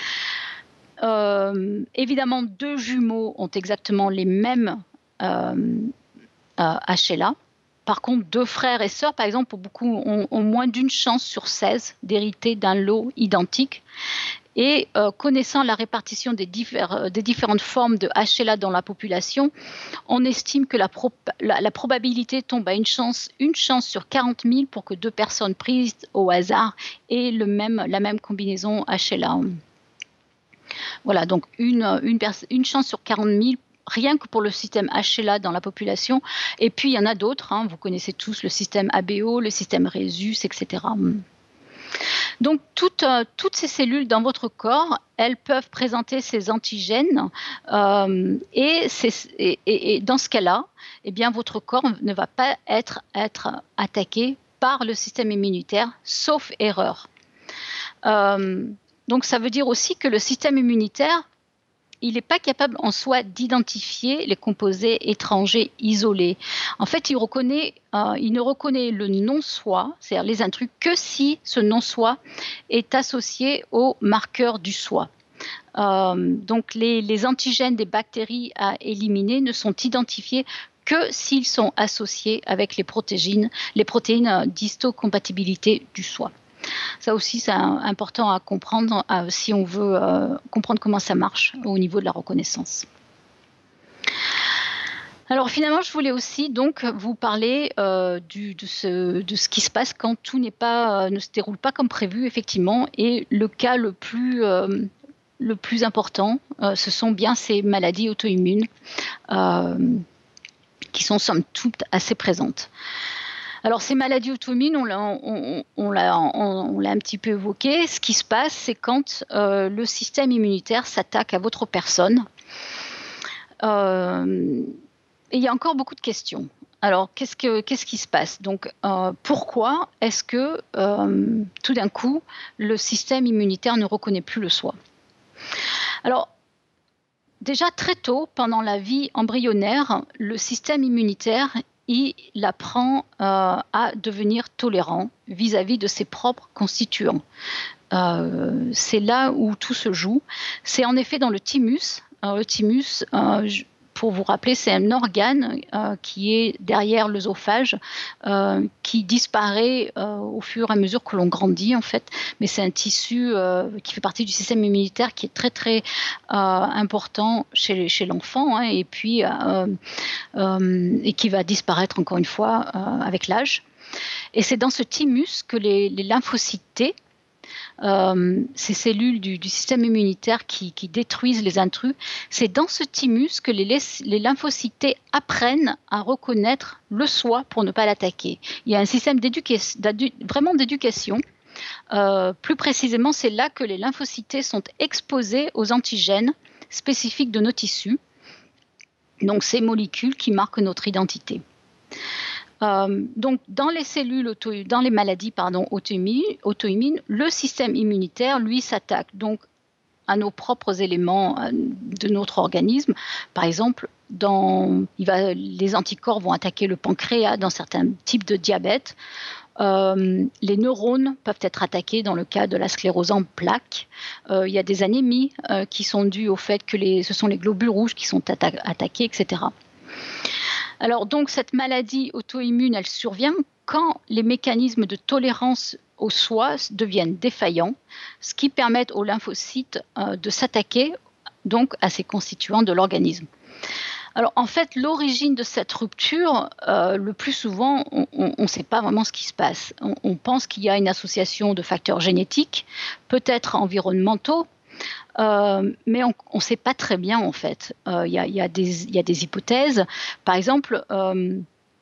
Euh, évidemment, deux jumeaux ont exactement les mêmes euh, euh, H L A. Par contre, deux frères et sœurs, par exemple, pour beaucoup, ont, ont moins d'une chance sur seize d'hériter d'un lot identique. Et euh, connaissant la répartition des, diffé- des différentes formes de H L A dans la population, on estime que la, pro- la, la probabilité tombe à une chance, une chance sur quarante mille pour que deux personnes prises au hasard aient le même, la même combinaison H L A. Voilà, donc une, une, une chance sur quarante mille, rien que pour le système H L A dans la population. Et puis, il y en a d'autres, hein, vous connaissez tous le système A B O, le système Rhesus, et cetera. Donc, toutes, euh, toutes ces cellules dans votre corps, elles peuvent présenter ces antigènes euh, et, et, et dans ce cas-là, eh bien, votre corps ne va pas être, être attaqué par le système immunitaire, sauf erreur. Euh, donc, ça veut dire aussi que le système immunitaire il n'est pas capable en soi d'identifier les composés étrangers isolés. En fait, il, reconnaît, euh, il ne reconnaît le non-soi, c'est-à-dire les intrus, que si ce non-soi est associé au marqueur du soi. Euh, donc, les, les antigènes des bactéries à éliminer ne sont identifiés que s'ils sont associés avec les protéines, les protéines d'histocompatibilité du soi. Ça aussi, c'est important à comprendre euh, si on veut euh, comprendre comment ça marche au niveau de la reconnaissance. Alors finalement, je voulais aussi donc vous parler euh, du, de, ce, de ce qui se passe quand tout n'est pas, euh, ne se déroule pas comme prévu, effectivement. Et le cas le plus, euh, le plus important, euh, ce sont bien ces maladies auto-immunes euh, qui sont somme toute assez présentes. Alors, ces maladies auto-immunes, on l'a, on, on, l'a, on, on l'a un petit peu évoqué. Ce qui se passe, c'est quand euh, le système immunitaire s'attaque à votre personne. Euh, et il y a encore beaucoup de questions. Alors, qu'est-ce, que, qu'est-ce qui se passe ? Donc, euh, pourquoi est-ce que, euh, tout d'un coup, le système immunitaire ne reconnaît plus le soi ? Alors, déjà très tôt, pendant la vie embryonnaire, le système immunitaire il apprend euh, à devenir tolérant vis-à-vis de ses propres constituants. Euh, c'est là où tout se joue. C'est en effet dans le thymus. Alors, le thymus, euh, pour vous rappeler, c'est un organe euh, qui est derrière l'œsophage, euh, qui disparaît euh, au fur et à mesure que l'on grandit, en fait. Mais c'est un tissu euh, qui fait partie du système immunitaire qui est très, très euh, important chez, chez l'enfant, hein, et puis euh, euh, et qui va disparaître encore une fois euh, avec l'âge. Et c'est dans ce thymus que les, les lymphocytes T, Euh, ces cellules du, du système immunitaire qui, qui détruisent les intrus, c'est dans ce thymus que les, les lymphocytes T apprennent à reconnaître le soi pour ne pas l'attaquer. Il y a un système d'éducation, vraiment d'éducation. Euh, plus précisément, c'est là que les lymphocytes T sont exposés aux antigènes spécifiques de nos tissus, donc ces molécules qui marquent notre identité. Euh, donc, dans les cellules, auto, dans les maladies pardon, auto-immunes, auto-immunes, le système immunitaire, lui, s'attaque donc à nos propres éléments de notre organisme. Par exemple, dans, il va, les anticorps vont attaquer le pancréas dans certains types de diabète. Euh, les neurones peuvent être attaqués dans le cas de la sclérose en plaques. Euh, il y a des anémies euh, qui sont dues au fait que les, ce sont les globules rouges qui sont atta- attaqués, et cetera. Alors donc cette maladie auto-immune, elle survient quand les mécanismes de tolérance au soi deviennent défaillants, ce qui permet aux lymphocytes euh, de s'attaquer donc à ces constituants de l'organisme. Alors en fait, l'origine de cette rupture, euh, le plus souvent, on ne sait pas vraiment ce qui se passe. On, on pense qu'il y a une association de facteurs génétiques, peut-être environnementaux, Euh, mais on ne sait pas très bien en fait. Il euh, y, y, y a des hypothèses. Par exemple, euh,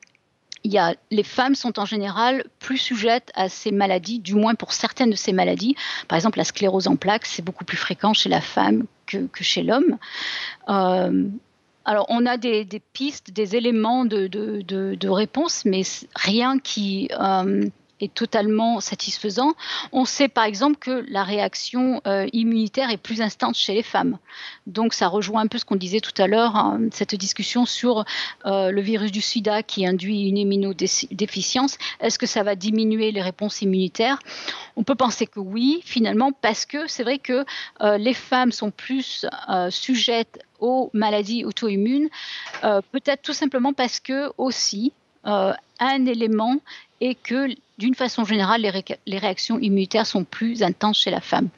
y a, les femmes sont en général plus sujettes à ces maladies, du moins pour certaines de ces maladies. Par exemple, la sclérose en plaques, c'est beaucoup plus fréquent chez la femme que, que chez l'homme. Euh, alors, on a des, des pistes, des éléments de, de, de, de réponse, mais rien qui... Euh, est totalement satisfaisant. On sait par exemple que la réaction euh, immunitaire est plus instante chez les femmes. Donc ça rejoint un peu ce qu'on disait tout à l'heure, hein, cette discussion sur euh, le virus du sida qui induit une immunodéficience. Est-ce que ça va diminuer les réponses immunitaires ? On peut penser que oui, finalement, parce que c'est vrai que euh, les femmes sont plus euh, sujettes aux maladies auto-immunes, euh, peut-être tout simplement parce que aussi, euh, un élément est que d'une façon générale, les, ré- les réactions immunitaires sont plus intenses chez la femme.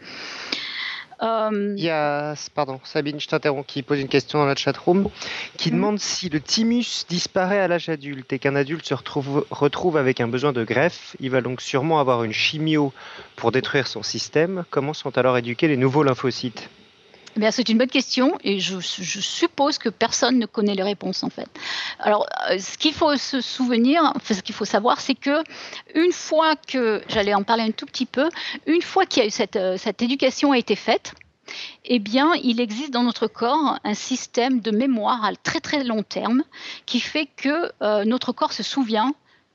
Euh... Il y a, pardon, Sabine, je t'interromps, qui pose une question dans la chatroom, qui mmh. demande si le thymus disparaît à l'âge adulte et qu'un adulte se retrouve, retrouve avec un besoin de greffe, il va donc sûrement avoir une chimio pour détruire son système. Comment sont alors éduqués les nouveaux lymphocytes ? Eh bien, c'est une bonne question et je, je suppose que personne ne connaît les réponses en fait. Alors, ce qu'il faut se souvenir, enfin, ce qu'il faut savoir, c'est que une fois que, j'allais en parler un tout petit peu, une fois qu'il y a eu cette, cette éducation a été faite, eh bien, il existe dans notre corps un système de mémoire à très très long terme qui fait que euh, notre corps se souvient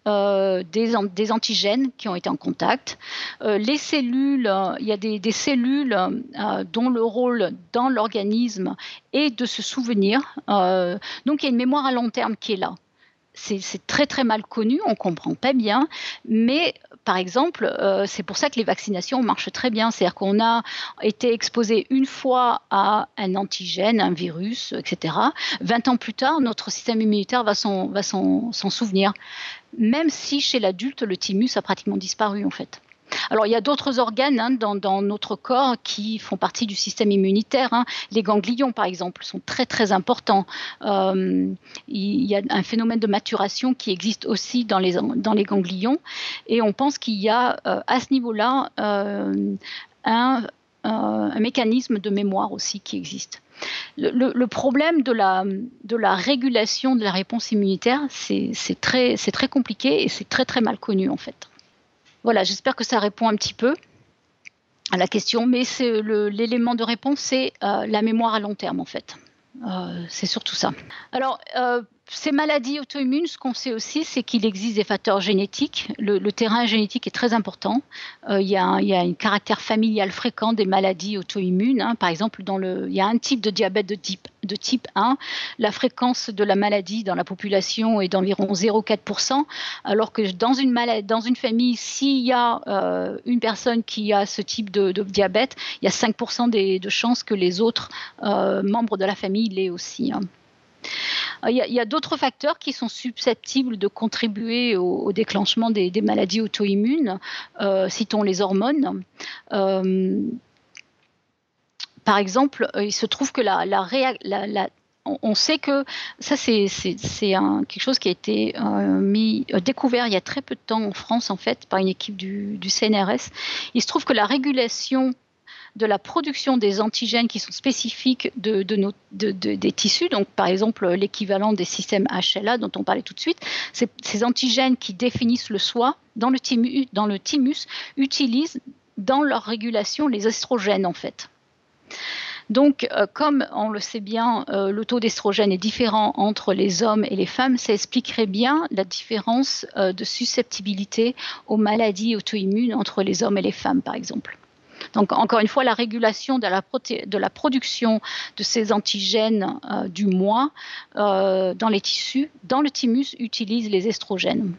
euh, des, des antigènes qui ont été en contact. Euh, les cellules, euh, il y a des, des cellules euh, dont le rôle dans l'organisme est de se souvenir. Euh, donc il y a une mémoire à long terme qui est là. C'est, c'est très très mal connu, on ne comprend pas bien, mais par exemple, euh, c'est pour ça que les vaccinations marchent très bien. C'est-à-dire qu'on a été exposé une fois à un antigène, un virus, et cetera. vingt ans plus tard, notre système immunitaire va s'en, va s'en, s'en souvenir, même si chez l'adulte, le thymus a pratiquement disparu en fait. Alors, il y a d'autres organes hein, dans, dans notre corps qui font partie du système immunitaire. Hein. Les ganglions, par exemple, sont très, très importants. Euh, il y a un phénomène de maturation qui existe aussi dans les, dans les ganglions. Et on pense qu'il y a, euh, à ce niveau-là, euh, un, euh, un mécanisme de mémoire aussi qui existe. Le, le, le problème de la, de la régulation de la réponse immunitaire, c'est, c'est, très, c'est très compliqué et c'est très, très mal connu, en fait. Voilà, j'espère que ça répond un petit peu à la question, mais c'est le, l'élément de réponse, c'est euh, la mémoire à long terme, en fait. Euh, c'est surtout ça. Alors, euh, ces maladies auto-immunes, ce qu'on sait aussi, c'est qu'il existe des facteurs génétiques. Le, le terrain génétique est très important. Euh, il y a un, il y a un caractère familial fréquent des maladies auto-immunes. Hein. Par exemple, dans le, il y a un type de diabète de type, de type un. La fréquence de la maladie dans la population est d'environ zéro virgule quatre pour cent, alors que dans une, maladie, dans une famille, s'il y a euh, une personne qui a ce type de, de diabète, il y a cinq pour cent des, de chances que les autres euh, membres de la famille l'aient aussi. Hein. Il y a, il y a d'autres facteurs qui sont susceptibles de contribuer au, au déclenchement des, des maladies auto-immunes. Euh, citons les hormones. Euh, par exemple, il se trouve que la, la, la, la on sait que ça, c'est, c'est, c'est un, quelque chose qui a été euh, mis, euh, découvert il y a très peu de temps en France, en fait, par une équipe du, du C N R S. Il se trouve que la régulation de la production des antigènes qui sont spécifiques de, de nos, de, de, des tissus, donc par exemple l'équivalent des systèmes H L A dont on parlait tout de suite, c'est, ces antigènes qui définissent le soi dans le thymus, dans le thymus utilisent dans leur régulation les estrogènes en fait. Donc, euh, comme on le sait bien, euh, le taux d'estrogène est différent entre les hommes et les femmes, ça expliquerait bien la différence euh, de susceptibilité aux maladies auto-immunes entre les hommes et les femmes, par exemple. Donc, encore une fois, la régulation de la, proté- de la production de ces antigènes euh, du moi euh, dans les tissus, dans le thymus, utilise les estrogènes.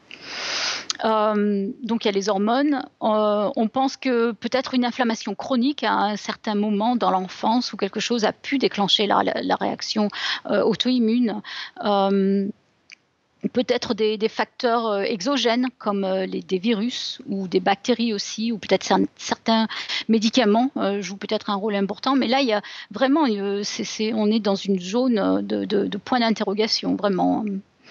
Euh, donc il y a les hormones. Euh, on pense que peut-être une inflammation chronique à un certain moment dans l'enfance ou quelque chose a pu déclencher la, la, la réaction euh, auto-immune. Euh, peut-être des, des facteurs exogènes comme euh, les, des virus ou des bactéries aussi, ou peut-être certains médicaments euh, jouent peut-être un rôle important. Mais là, il y a vraiment, euh, c'est, c'est, on est dans une zone de, de, de point d'interrogation, vraiment.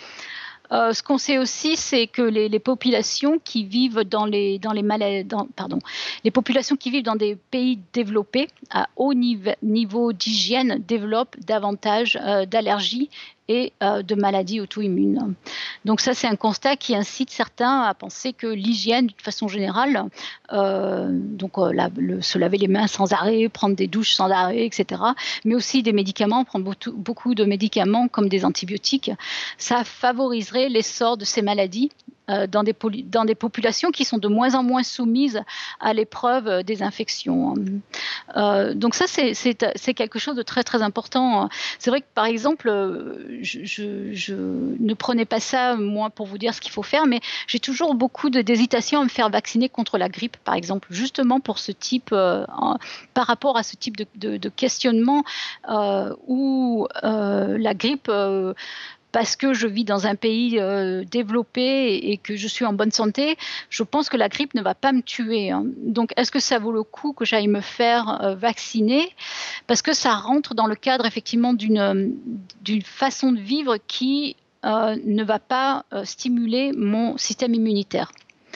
Euh, ce qu'on sait aussi, c'est que les, les populations qui vivent dans les, dans les maladies, dans, pardon, les populations qui vivent dans des pays développés à haut niveau, niveau d'hygiène développent davantage euh, d'allergies et euh, de maladies auto-immunes. Donc ça, c'est un constat qui incite certains à penser que l'hygiène, d'une façon générale, euh, donc euh, la, le, se laver les mains sans arrêt, prendre des douches sans arrêt, et cetera, mais aussi des médicaments, prendre beaucoup, beaucoup de médicaments comme des antibiotiques, ça favoriserait l'essor de ces maladies euh, dans, des poli- dans des populations qui sont de moins en moins soumises à l'épreuve des infections. Euh, donc ça, c'est, c'est, c'est quelque chose de très, très important. C'est vrai que, par exemple, je, je, je ne prenais pas ça, moi, pour vous dire ce qu'il faut faire, mais j'ai toujours beaucoup de, d'hésitation à me faire vacciner contre la grippe, par exemple, justement pour ce type, euh, en, par rapport à ce type de, de, de questionnement euh, où euh, la grippe... Euh, parce que je vis dans un pays euh, développé et que je suis en bonne santé, je pense que la grippe ne va pas me tuer. Hein. Donc, est-ce que ça vaut le coup que j'aille me faire euh, vacciner ? Parce que ça rentre dans le cadre, effectivement, d'une, d'une façon de vivre qui euh, ne va pas euh, stimuler mon système immunitaire.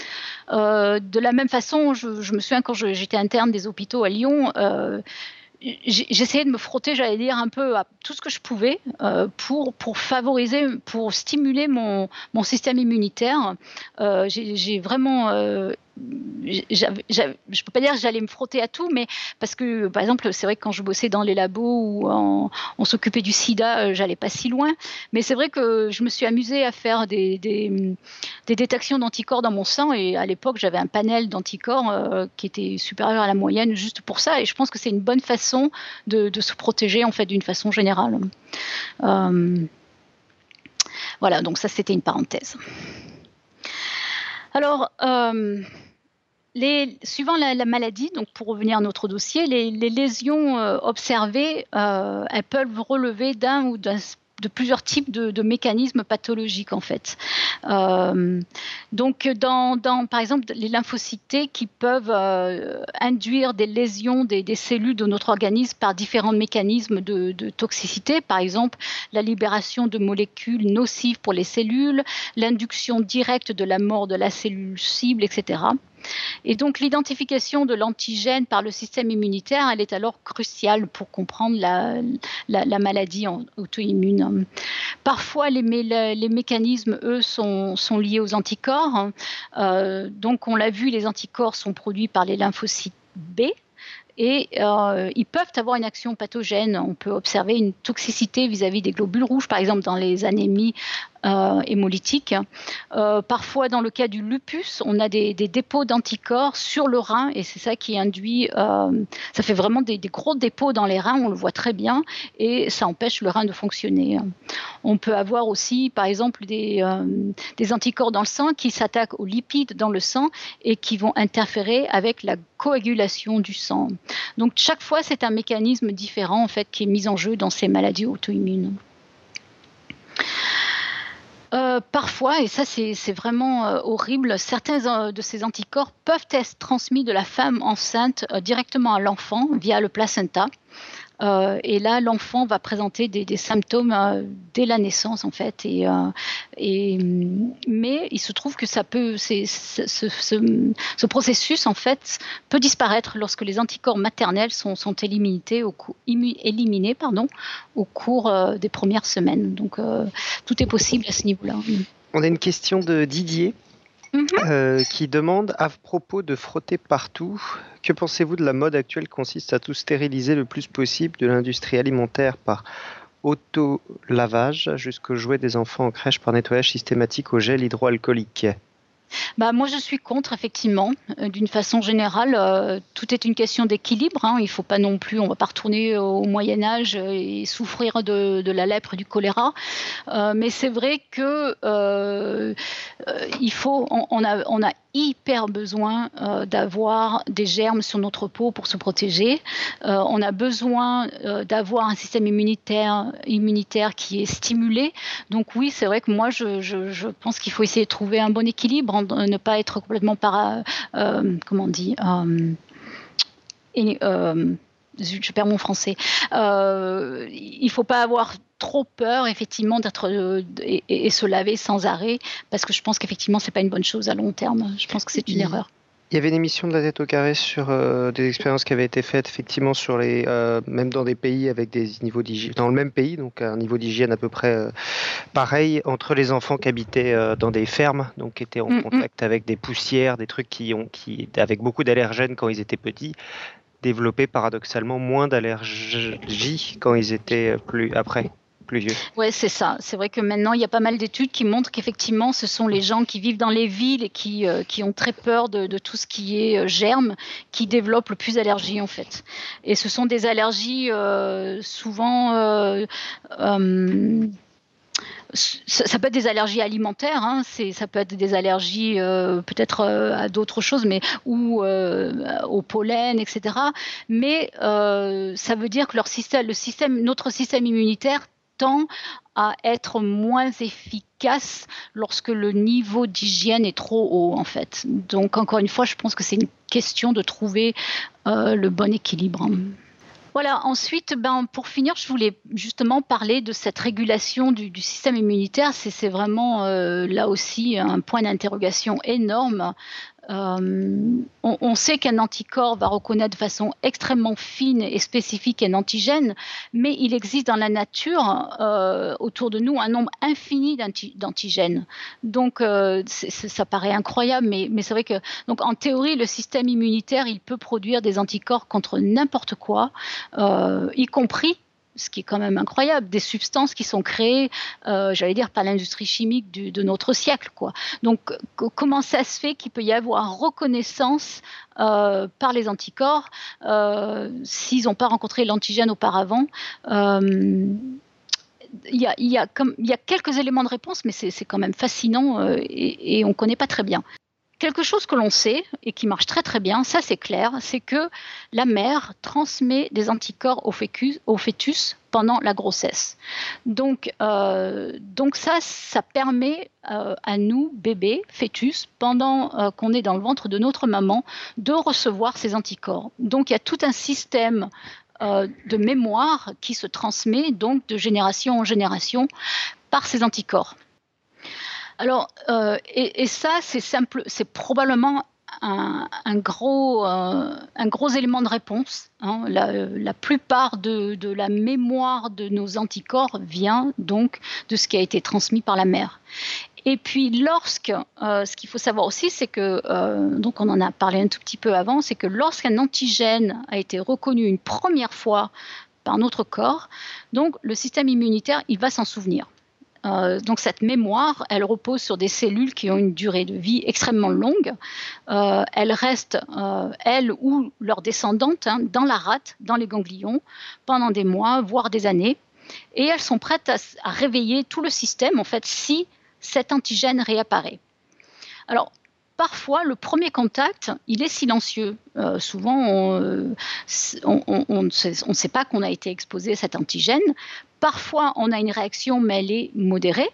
Euh, de la même façon, je, je me souviens quand je, j'étais interne des hôpitaux à Lyon, euh, j'essayais de me frotter, j'allais dire, un peu à tout ce que je pouvais euh, pour, pour favoriser, pour stimuler mon, mon système immunitaire. Euh, j'ai, j'ai vraiment euh, j'avais, j'avais, je ne peux pas dire que j'allais me frotter à tout, mais parce que, par exemple, c'est vrai que quand je bossais dans les labos où on, on s'occupait du sida, j'allais pas si loin. Mais c'est vrai que je me suis amusée à faire des, des, des détections d'anticorps dans mon sang. Et à l'époque, j'avais un panel d'anticorps euh, qui était supérieur à la moyenne juste pour ça. Et je pense que c'est une bonne façon de, de se protéger, en fait, d'une façon générale. Euh, voilà, donc ça, c'était une parenthèse. Alors, euh, les, suivant la, la maladie, donc pour revenir à notre dossier, les, les lésions euh, observées, euh, elles peuvent relever d'un ou d'un, de plusieurs types de, de mécanismes pathologiques en fait. Euh, donc, dans, dans, par exemple, les lymphocytes T qui peuvent euh, induire des lésions des, des cellules de notre organisme par différents mécanismes de, de toxicité, par exemple la libération de molécules nocives pour les cellules, l'induction directe de la mort de la cellule cible, et cetera. Et donc, l'identification de l'antigène par le système immunitaire, elle est alors cruciale pour comprendre la, la, la maladie auto-immune. Parfois, les, mé- les mécanismes, eux, sont, sont liés aux anticorps. Euh, donc, on l'a vu, les anticorps sont produits par les lymphocytes B. Et euh, ils peuvent avoir une action pathogène. On peut observer une toxicité vis-à-vis des globules rouges, par exemple dans les anémies euh, hémolytiques. Euh, parfois, dans le cas du lupus, on a des, des dépôts d'anticorps sur le rein, et c'est ça qui induit, euh, ça fait vraiment des, des gros dépôts dans les reins, on le voit très bien, et ça empêche le rein de fonctionner. On peut avoir aussi, par exemple, des, euh, des anticorps dans le sang qui s'attaquent aux lipides dans le sang et qui vont interférer avec la coagulation du sang. Donc, chaque fois, c'est un mécanisme différent en fait, qui est mis en jeu dans ces maladies auto-immunes. Euh, parfois, et ça c'est, c'est vraiment euh, horrible, certains euh, de ces anticorps peuvent être transmis de la femme enceinte euh, directement à l'enfant via le placenta. Euh, et là, l'enfant va présenter des, des symptômes euh, dès la naissance, en fait. Et, euh, et, mais il se trouve que ça peut, c'est, ce, ce, ce, ce processus, en fait, peut disparaître lorsque les anticorps maternels sont, sont éliminés, au, cou- éliminés pardon, au cours euh, des premières semaines. Donc, euh, tout est possible à ce niveau-là. On a une question de Didier. Mm-hmm. Euh, qui demande à propos de frotter partout, que pensez-vous de la mode actuelle qui consiste à tout stériliser le plus possible, de l'industrie alimentaire par auto-lavage jusqu'au jouet des enfants en crèche par nettoyage systématique au gel hydroalcoolique? Bah, moi, je suis contre, effectivement. Euh, d'une façon générale, euh, tout est une question d'équilibre. Hein. Il ne faut pas non plus, on ne va pas retourner au Moyen-Âge et souffrir de, de la lèpre et du choléra. Euh, mais c'est vrai que euh, euh, il faut, on, on, a, on a hyper besoin euh, d'avoir des germes sur notre peau pour se protéger. Euh, on a besoin euh, d'avoir un système immunitaire, immunitaire qui est stimulé. Donc oui, c'est vrai que moi, je, je, je pense qu'il faut essayer de trouver un bon équilibre, ne pas être complètement para, euh, comment on dit, euh, et, euh, je perds mon français. Euh, il ne faut pas avoir trop peur, effectivement, d'être euh, et, et se laver sans arrêt, parce que je pense qu'effectivement, c'est pas une bonne chose à long terme. Je pense que c'est une il, erreur. Il y avait une émission de La Tête au Carré sur euh, des expériences qui avaient été faites, effectivement, sur les, euh, même dans des pays avec des niveaux d'hygiène, dans le même pays, donc un niveau d'hygiène à peu près euh, pareil, entre les enfants qui habitaient euh, dans des fermes, donc qui étaient en mm-hmm. contact avec des poussières, des trucs qui ont, qui, avec beaucoup d'allergènes quand ils étaient petits, développaient paradoxalement moins d'allergies quand ils étaient plus après. Plus vieux. Oui, c'est ça. C'est vrai que maintenant, il y a pas mal d'études qui montrent qu'effectivement, ce sont les gens qui vivent dans les villes et qui, euh, qui ont très peur de, de tout ce qui est euh, germes qui développent le plus d'allergies, en fait. Et ce sont des allergies euh, souvent... Euh, euh, ça, ça peut être des allergies alimentaires, hein, c'est, ça peut être des allergies euh, peut-être euh, à d'autres choses, mais ou euh, au pollen, et cetera. Mais euh, ça veut dire que leur système, le système, notre système immunitaire tend à être moins efficace lorsque le niveau d'hygiène est trop haut, en fait. Donc, encore une fois, je pense que c'est une question de trouver euh, le bon équilibre. Voilà, ensuite, ben, pour finir, je voulais justement parler de cette régulation du, du système immunitaire. C'est, c'est vraiment euh, là aussi un point d'interrogation énorme. Euh, on, on sait qu'un anticorps va reconnaître de façon extrêmement fine et spécifique un antigène, mais il existe dans la nature, euh, autour de nous, un nombre infini d'anti- d'antigènes. Donc, euh, c'est, c'est, ça paraît incroyable, mais, mais c'est vrai que, donc, en théorie, le système immunitaire, il peut produire des anticorps contre n'importe quoi, euh, y compris, ce qui est quand même incroyable, des substances qui sont créées, euh, j'allais dire, par l'industrie chimique du, de notre siècle, quoi. Donc, c- comment ça se fait qu'il peut y avoir reconnaissance euh, par les anticorps euh, s'ils n'ont pas rencontré l'antigène auparavant? euh, il y a, il y a comme, il y a quelques éléments de réponse, mais c'est, c'est quand même fascinant euh, et, et on ne connaît pas très bien. Quelque chose que l'on sait et qui marche très très bien, ça c'est clair, c'est que la mère transmet des anticorps au fœtus, au fœtus pendant la grossesse. Donc, euh, donc ça, ça permet euh, à nous, bébés, fœtus, pendant euh, qu'on est dans le ventre de notre maman, de recevoir ces anticorps. Donc il y a tout un système euh, de mémoire qui se transmet donc de génération en génération par ces anticorps. Alors, euh, et, et ça, c'est simple, c'est probablement un, un, gros, euh, un gros élément de réponse. Hein. La, la plupart de, de la mémoire de nos anticorps vient donc de ce qui a été transmis par la mère. Et puis, lorsque, euh, ce qu'il faut savoir aussi, c'est que, euh, donc on en a parlé un tout petit peu avant, c'est que lorsqu'un antigène a été reconnu une première fois par notre corps, donc le système immunitaire, il va s'en souvenir. Euh, donc cette mémoire, elle repose sur des cellules qui ont une durée de vie extrêmement longue. Euh, elles restent, euh, elles ou leurs descendantes, hein, dans la rate, dans les ganglions, pendant des mois, voire des années. Et elles sont prêtes à, à réveiller tout le système, en fait, si cet antigène réapparaît. Alors, parfois, le premier contact, il est silencieux. Euh, souvent, on, on, on, on ne sait, on sait pas qu'on a été exposé à cet antigène. Parfois, on a une réaction, mais elle est modérée.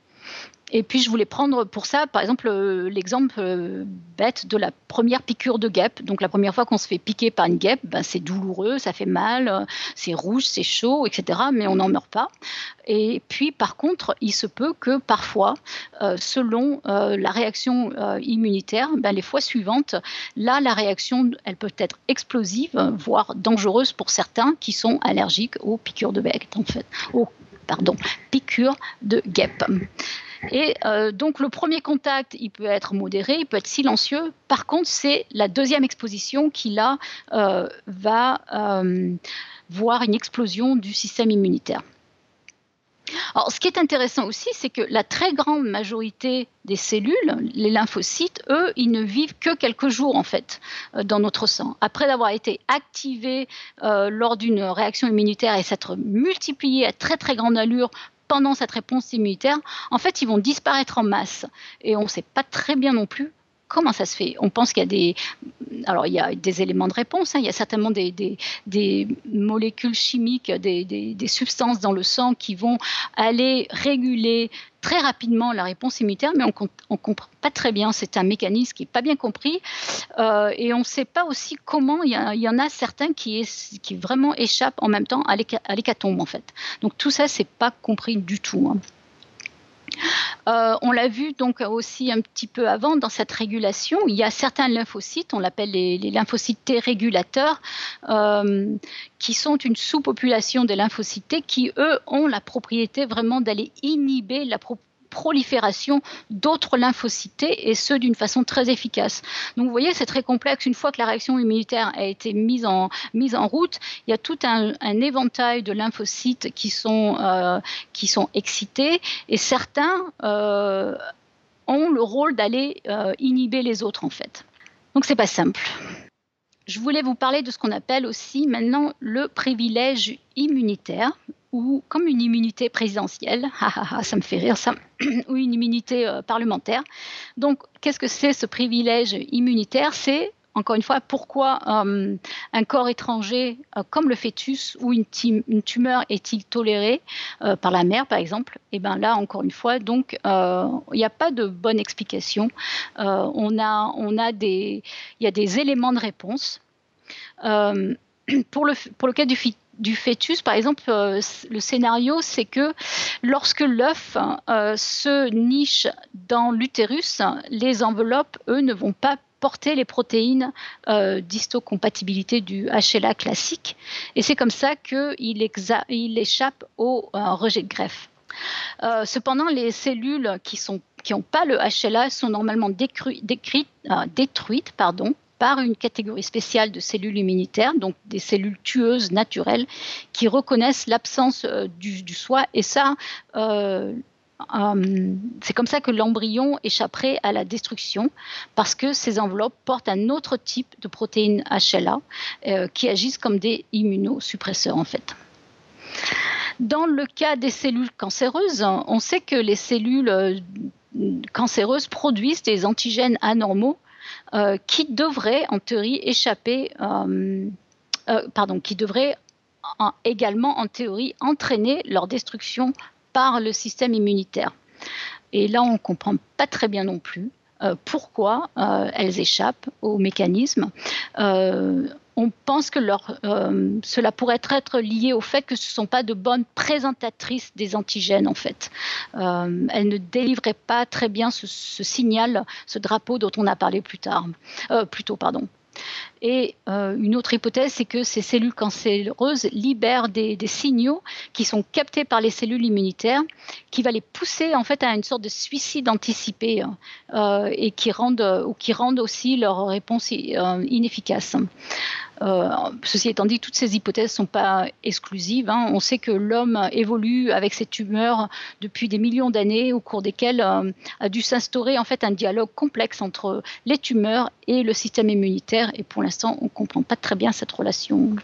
Et puis, je voulais prendre pour ça, par exemple, euh, l'exemple euh, bête de la première piqûre de guêpe. Donc, la première fois qu'on se fait piquer par une guêpe, ben, c'est douloureux, ça fait mal, euh, c'est rouge, c'est chaud, et cetera. Mais on n'en meurt pas. Et puis, par contre, il se peut que parfois, euh, selon euh, la réaction euh, immunitaire, ben, les fois suivantes, là, la réaction, elle peut être explosive, voire dangereuse pour certains qui sont allergiques aux piqûres de guêpe, en fait, aux, pardon, piqûres de guêpe. Et euh, donc le premier contact, il peut être modéré, il peut être silencieux. Par contre, c'est la deuxième exposition qui là euh, va euh, voir une explosion du système immunitaire. Alors, ce qui est intéressant aussi, c'est que la très grande majorité des cellules, les lymphocytes, eux, ils ne vivent que quelques jours en fait euh, dans notre sang. Après avoir été activés euh, lors d'une réaction immunitaire et s'être multipliés à très très grande allure pendant cette réponse immunitaire, en fait, ils vont disparaître en masse. Et on ne sait pas très bien non plus comment ça se fait. On pense qu'il y a des, alors il y a des éléments de réponse, hein. Il y a certainement des, des, des molécules chimiques, des, des, des substances dans le sang qui vont aller réguler très rapidement la réponse immunitaire, mais on ne comprend pas très bien. C'est un mécanisme qui n'est pas bien compris. Euh, et on ne sait pas aussi comment, il y, a, il y en a certains qui, est, qui vraiment échappent en même temps à l'hécatombe, en fait. Donc tout ça, ce n'est pas compris du tout, hein. Euh, on l'a vu donc aussi un petit peu avant dans cette régulation. Il y a certains lymphocytes, on l'appelle les, les lymphocytes T régulateurs, euh, qui sont une sous-population des lymphocytes T qui, eux, ont la propriété vraiment d'aller inhiber la pro- prolifération d'autres lymphocytes T et ce d'une façon très efficace. Donc vous voyez, c'est très complexe. Une fois que la réaction immunitaire a été mise en, mise en route, il y a tout un, un éventail de lymphocytes qui sont, euh, qui sont excités et certains euh, ont le rôle d'aller euh, inhiber les autres en fait. Donc c'est pas simple. Je voulais vous parler de ce qu'on appelle aussi maintenant le privilège immunitaire, ou comme une immunité présidentielle, ça me fait rire ça, ou une immunité euh, parlementaire. Donc, qu'est-ce que c'est ce privilège immunitaire? C'est, encore une fois, pourquoi euh, un corps étranger, euh, comme le fœtus, ou une, tim- une tumeur est-il toléré euh, par la mère, par exemple? Et bien là, encore une fois, donc, euh, il n'y a pas de bonne explication. Euh, on a, on a des, il y a des éléments de réponse. Euh, pour, le, pour le cas du fœtus, du fœtus, par exemple, euh, le scénario, c'est que lorsque l'œuf euh, se niche dans l'utérus, les enveloppes, eux, ne vont pas porter les protéines euh, d'histocompatibilité du H L A classique. Et c'est comme ça qu'il exa- il échappe au euh, rejet de greffe. Euh, cependant, les cellules qui sont qui n'ont pas le H L A sont normalement décru- décrites, euh, détruites pardon, par une catégorie spéciale de cellules immunitaires, donc des cellules tueuses naturelles qui reconnaissent l'absence euh, du, du soi. Et ça, euh, euh, c'est comme ça que l'embryon échapperait à la destruction, parce que ces enveloppes portent un autre type de protéines H L A euh, qui agissent comme des immunosuppresseurs en fait. Dans le cas des cellules cancéreuses, on sait que les cellules euh, cancéreuses produisent des antigènes anormaux euh, qui devraient en théorie échapper, euh, euh, pardon, qui devraient en, également en théorie entraîner leur destruction par le système immunitaire. Et là, on ne comprend pas très bien non plus euh, pourquoi euh, elles échappent au mécanisme. Euh, on pense que leur, euh, cela pourrait être lié au fait que ce ne sont pas de bonnes présentatrices des antigènes, en fait. Euh, elles ne délivraient pas très bien ce, ce signal, ce drapeau dont on a parlé plus tard, euh, plus tôt, pardon. Et euh, une autre hypothèse, c'est que ces cellules cancéreuses libèrent des, des signaux qui sont captés par les cellules immunitaires, qui va les pousser en fait à une sorte de suicide anticipé euh, et qui rendent, ou qui rendent aussi leur réponse euh, inefficace. Euh, ceci étant dit, toutes ces hypothèses ne sont pas exclusives. Hein. On sait que l'homme évolue avec ces tumeurs depuis des millions d'années, au cours desquelles euh, a dû s'instaurer en fait un dialogue complexe entre les tumeurs et le système immunitaire. Et pour l'instant, on ne comprend pas très bien cette relation.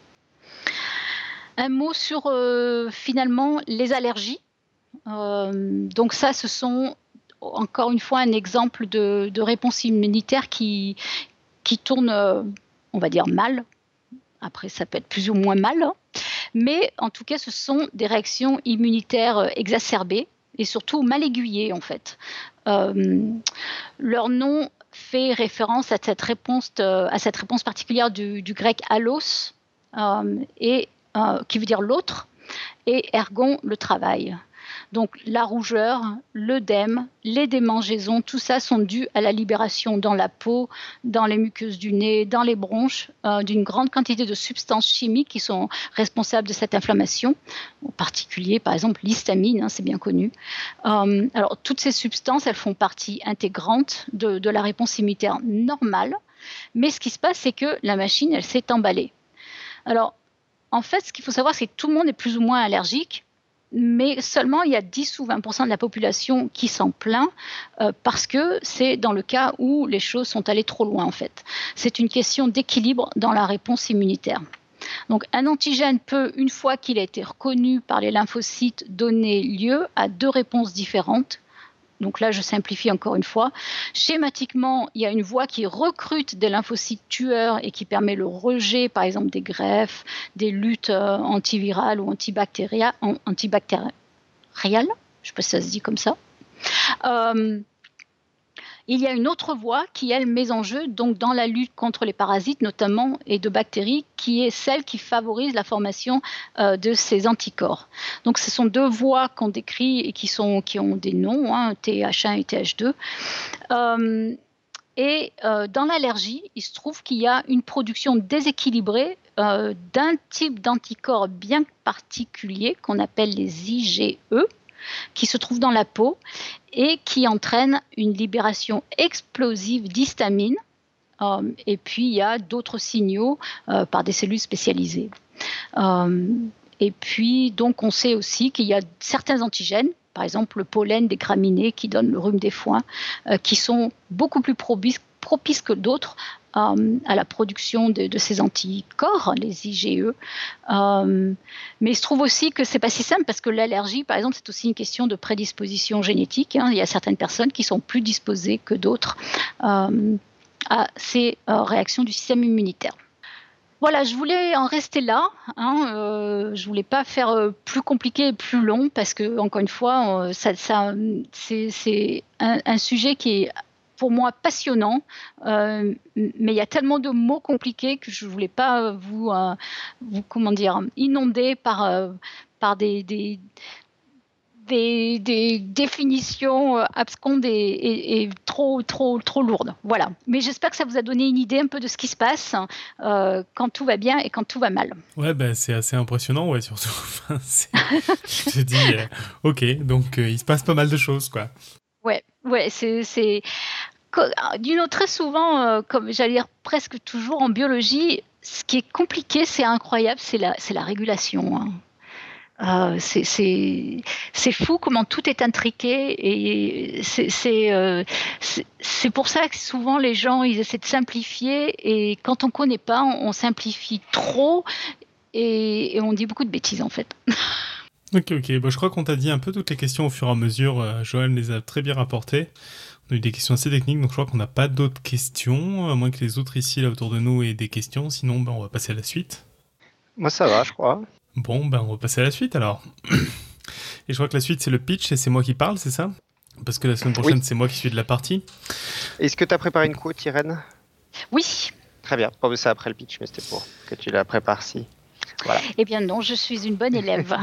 Un mot sur euh, finalement les allergies. Euh, donc ça, ce sont encore une fois un exemple de, de réponse immunitaire qui, qui tourne... Euh, on va dire mal, après ça peut être plus ou moins mal, hein. Mais en tout cas ce sont des réactions immunitaires exacerbées et surtout mal aiguillées en fait. Euh, leur nom fait référence à cette réponse, de, à cette réponse particulière du, du grec allos, euh, et, euh, qui veut dire l'autre, et ergon, le travail. Donc la rougeur, l'œdème, les démangeaisons, tout ça sont dus à la libération dans la peau, dans les muqueuses du nez, dans les bronches, euh, d'une grande quantité de substances chimiques qui sont responsables de cette inflammation, en particulier par exemple l'histamine, hein, c'est bien connu. Euh, alors toutes ces substances, elles font partie intégrante de, de la réponse immunitaire normale, mais ce qui se passe, c'est que la machine, elle s'est emballée. Alors en fait, ce qu'il faut savoir, c'est que tout le monde est plus ou moins allergique, mais seulement il y a dix ou vingt pour cent de la population qui s'en plaint euh, parce que c'est dans le cas où les choses sont allées trop loin en fait. C'est une question d'équilibre dans la réponse immunitaire. Donc un antigène peut, une fois qu'il a été reconnu par les lymphocytes, donner lieu à deux réponses différentes. Donc là, je simplifie encore une fois. Schématiquement, il y a une voie qui recrute des lymphocytes tueurs et qui permet le rejet, par exemple, des greffes, des luttes euh, antivirales ou antibactériales. antibactériales. Je ne sais pas si ça se dit comme ça. Euh, Il y a une autre voie qui, elle, met en jeu donc dans la lutte contre les parasites notamment et de bactéries, qui est celle qui favorise la formation euh, de ces anticorps. Donc ce sont deux voies qu'on décrit et qui, sont, qui ont des noms, hein, T H un et T H deux. Euh, et euh, dans l'allergie, il se trouve qu'il y a une production déséquilibrée euh, d'un type d'anticorps bien particulier qu'on appelle les I G E, qui se trouve dans la peau et qui entraîne une libération explosive d'histamine. Euh, et puis, il y a d'autres signaux euh, par des cellules spécialisées. Euh, et puis, donc, on sait aussi qu'il y a certains antigènes, par exemple le pollen des graminées qui donne le rhume des foins, euh, qui sont beaucoup plus propices, propices que d'autres euh, à la production de, de ces anticorps, les I G E. Euh, mais il se trouve aussi que ce n'est pas si simple parce que l'allergie, par exemple, c'est aussi une question de prédisposition génétique. Hein. Il y a certaines personnes qui sont plus disposées que d'autres euh, à ces euh, réactions du système immunitaire. Voilà, je voulais en rester là. Hein, euh, je ne voulais pas faire euh, plus compliqué et plus long parce que, encore une fois, euh, ça, ça, c'est, c'est un, un sujet qui est pour moi passionnant, euh, mais il y a tellement de mots compliqués que je ne voulais pas vous, euh, vous comment dire, inonder par, euh, par des, des, des, des définitions abscondes et, et, et trop, trop, trop lourdes. Voilà. Mais j'espère que ça vous a donné une idée un peu de ce qui se passe euh, quand tout va bien et quand tout va mal. Ouais, bah, c'est assez impressionnant, ouais, surtout. Enfin, c'est... Je te dis, euh, ok, donc euh, il se passe pas mal de choses, quoi. Ouais, ouais, c'est... c'est... D'une autre, très souvent, euh, comme j'allais dire presque toujours en biologie, ce qui est compliqué, c'est incroyable, c'est la, c'est la régulation. Hein. Euh, c'est, c'est, c'est fou comment tout est intriqué et c'est, c'est, euh, c'est, c'est pour ça que souvent les gens ils essaient de simplifier et quand on ne connaît pas, on, on simplifie trop et, et on dit beaucoup de bêtises en fait. Ok, ok. Bon, je crois qu'on t'a dit un peu toutes les questions au fur et à mesure. Euh, Joël les a très bien rapportées. On a eu des questions assez techniques, donc je crois qu'on n'a pas d'autres questions, à moins que les autres ici, là, autour de nous, aient des questions. Sinon, ben, on va passer à la suite. Moi, ça va, je crois. Bon, ben, on va passer à la suite, alors. Et je crois que la suite, c'est le pitch, et c'est moi qui parle, c'est ça ? Parce que la semaine prochaine, oui. C'est moi qui suis de la partie. Est-ce que tu as préparé une quote, Irène ? Oui. Très bien. Pas ça après le pitch, mais c'était pour que tu la prépares, si. Voilà. Eh bien non, je suis une bonne élève.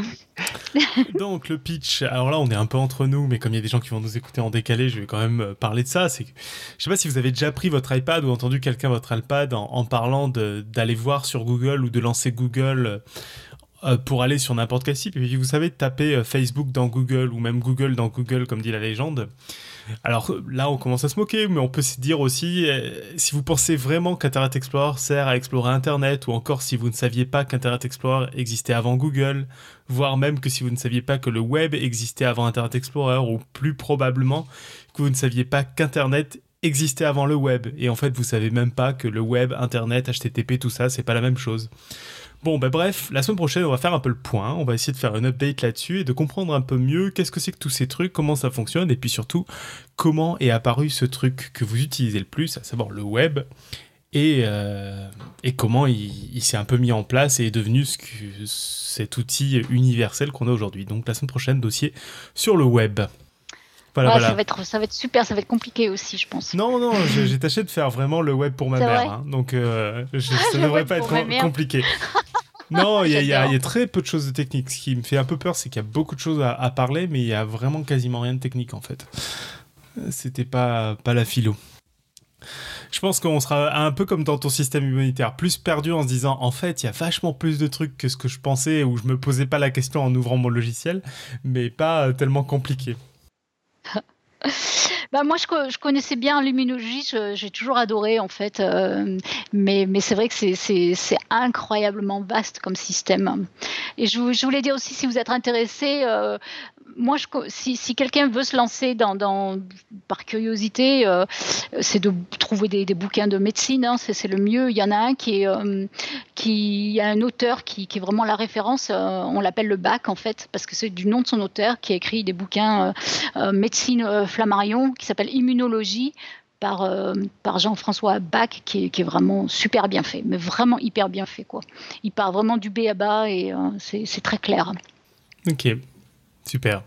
Donc le pitch, alors là on est un peu entre nous, mais comme il y a des gens qui vont nous écouter en décalé, je vais quand même parler de ça. C'est que, je sais pas si vous avez déjà pris votre iPad ou entendu quelqu'un votre iPad en, en parlant de, d'aller voir sur Google ou de lancer Google euh, pour aller sur n'importe quel site. Et puis vous savez, de taper Facebook dans Google ou même Google dans Google, comme dit la légende. Alors là, on commence à se moquer, mais on peut se dire aussi, euh, si vous pensez vraiment qu'Internet Explorer sert à explorer Internet, ou encore si vous ne saviez pas qu'Internet Explorer existait avant Google, voire même que si vous ne saviez pas que le web existait avant Internet Explorer, ou plus probablement que vous ne saviez pas qu'Internet existait avant le web, et en fait vous savez même pas que le web, Internet, H T T P, tout ça, c'est pas la même chose. Bon, bah bref, la semaine prochaine, on va faire un peu le point, on va essayer de faire un update là-dessus et de comprendre un peu mieux qu'est-ce que c'est que tous ces trucs, comment ça fonctionne, et puis surtout, comment est apparu ce truc que vous utilisez le plus, à savoir le web, et, euh, et comment il, il s'est un peu mis en place et est devenu ce que, cet outil universel qu'on a aujourd'hui. Donc la semaine prochaine, dossier sur le web. Voilà, ouais, voilà. Ça va être, ça va être super, ça va être compliqué aussi, je pense. Non, non, j'ai, j'ai tâché de faire vraiment le web pour ma c'est mère, hein, donc euh, je, ça ne devrait pas être com- compliqué. Non, il y, y, y a très peu de choses de technique. Ce qui me fait un peu peur, c'est qu'il y a beaucoup de choses à, à parler, mais il y a vraiment quasiment rien de technique en fait. C'était pas, pas la philo. Je pense qu'on sera un peu comme dans ton système immunitaire, plus perdu en se disant en fait il y a vachement plus de trucs que ce que je pensais ou je me posais pas la question en ouvrant mon logiciel, mais pas tellement compliqué. Bah moi, je, je connaissais bien l'immunologie, je, j'ai toujours adoré en fait, euh, mais, mais c'est vrai que c'est, c'est, c'est incroyablement vaste comme système. Et je, je voulais dire aussi, si vous êtes intéressé, euh, moi, je, si, si quelqu'un veut se lancer dans, dans, par curiosité, euh, c'est de trouver des, des bouquins de médecine, hein, c'est, c'est le mieux. Il y en a un qui est, euh, qui, il y a un auteur qui, qui est vraiment la référence, euh, on l'appelle le Bach en fait, parce que c'est du nom de son auteur qui a écrit des bouquins euh, euh, médecine euh, Flammarion, qui s'appelle Immunologie, par, euh, par Jean-François Bach, qui est, qui est vraiment super bien fait, mais vraiment hyper bien fait, quoi. Il part vraiment du B à bas et euh, c'est, c'est très clair. Ok, super.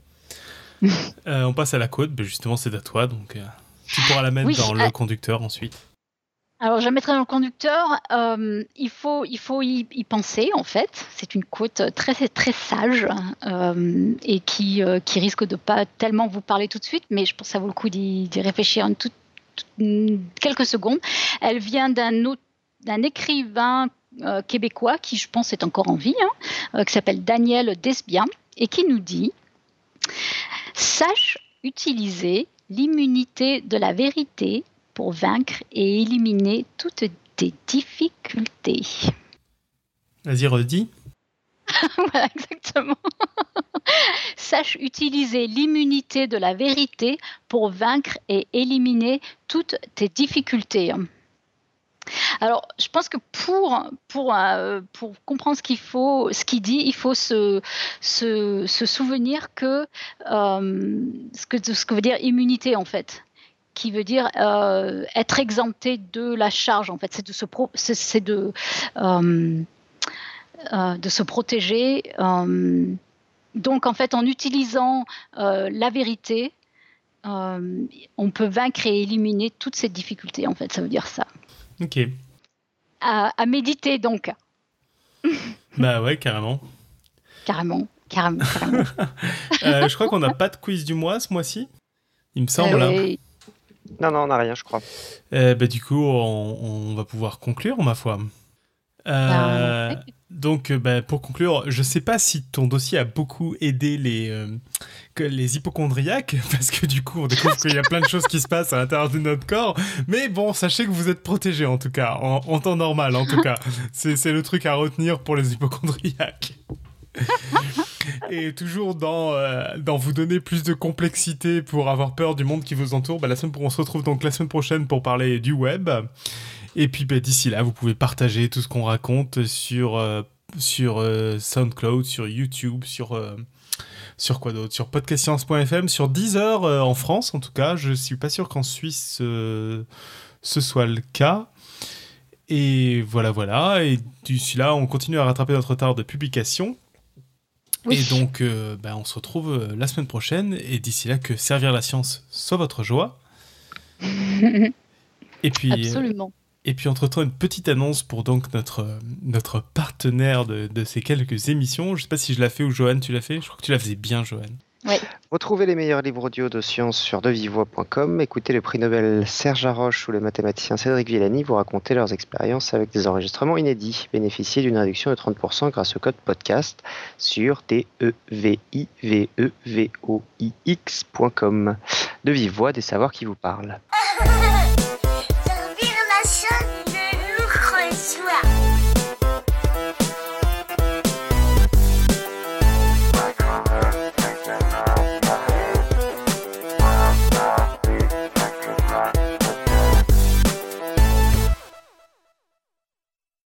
euh, on passe à la code, ben justement c'est à toi, donc euh, tu pourras la mettre oui, dans euh... le conducteur ensuite. Alors, je la mettrai dans le conducteur. Euh, il faut, il faut y, y penser, en fait. C'est une quote très, très sage euh, et qui, euh, qui risque de ne pas tellement vous parler tout de suite, mais je pense que ça vaut le coup d'y, d'y réfléchir une toute, toute, quelques secondes. Elle vient d'un, autre, d'un écrivain euh, québécois qui, je pense, est encore en vie, hein, euh, qui s'appelle Daniel Desbiens et qui nous dit « Sache utiliser l'immunité de la vérité pour vaincre et éliminer toutes tes difficultés. » Vas-y, redis. Voilà, exactement. Sache utiliser l'immunité de la vérité pour vaincre et éliminer toutes tes difficultés. Alors, je pense que pour, pour, euh, pour comprendre ce qu'il faut, ce qu'il dit, il faut se, se, se souvenir que, euh, ce que ce que veut dire immunité, en fait, qui veut dire euh, être exempté de la charge, en fait, c'est de se, pro- c'est, c'est de, euh, euh, de se protéger. Euh, donc, en fait, en utilisant euh, la vérité, euh, on peut vaincre et éliminer toutes ces difficultés, en fait, ça veut dire ça. Ok. À, à méditer, donc. Bah ouais, carrément. Carrément, carrément. carrément. euh, je crois qu'on n'a pas de quiz du mois ce mois-ci, il me semble. Euh, hein. Non, non, on n'a rien, je crois. Euh, bah, du coup, on, on va pouvoir conclure, ma foi. Euh, Ben, donc, euh, bah, pour conclure, je sais pas si ton dossier a beaucoup aidé les, euh, que les hypochondriaques, parce que du coup, on découvre qu'il y a plein de choses qui se passent à l'intérieur de notre corps. Mais bon, sachez que vous êtes protégés, en tout cas, en, en temps normal, en tout cas. C'est, c'est le truc à retenir pour les hypochondriaques. Et toujours dans, euh, dans vous donner plus de complexité pour avoir peur du monde qui vous entoure, bah, la semaine, on se retrouve donc la semaine prochaine pour parler du web. Et puis bah, d'ici là, vous pouvez partager tout ce qu'on raconte sur, euh, sur euh, SoundCloud, sur YouTube, sur, euh, sur quoi d'autre, sur podcastscience point f m, sur Deezer euh, en France en tout cas. Je suis pas sûr qu'en Suisse euh, ce soit le cas. Et voilà, voilà. Et d'ici là, on continue à rattraper notre retard de publication. Oui. Et donc, euh, bah, on se retrouve euh, la semaine prochaine. Et d'ici là, que servir la science soit votre joie. Et puis, Absolument. Et puis, entre-temps, une petite annonce pour donc notre, notre partenaire de, de ces quelques émissions. Je ne sais pas si je l'ai fait ou Johan, tu l'as fait. Je crois que tu la faisais bien, Johan. Oui. Retrouvez les meilleurs livres audio de science sur de vive voix point com. Écoutez le prix Nobel Serge Haroche ou le mathématicien Cédric Villani vous raconter leurs expériences avec des enregistrements inédits. Bénéficiez d'une réduction de trente pour cent grâce au code podcast sur d e v i v e v o i x point com. De vive voix, des savoirs qui vous parlent.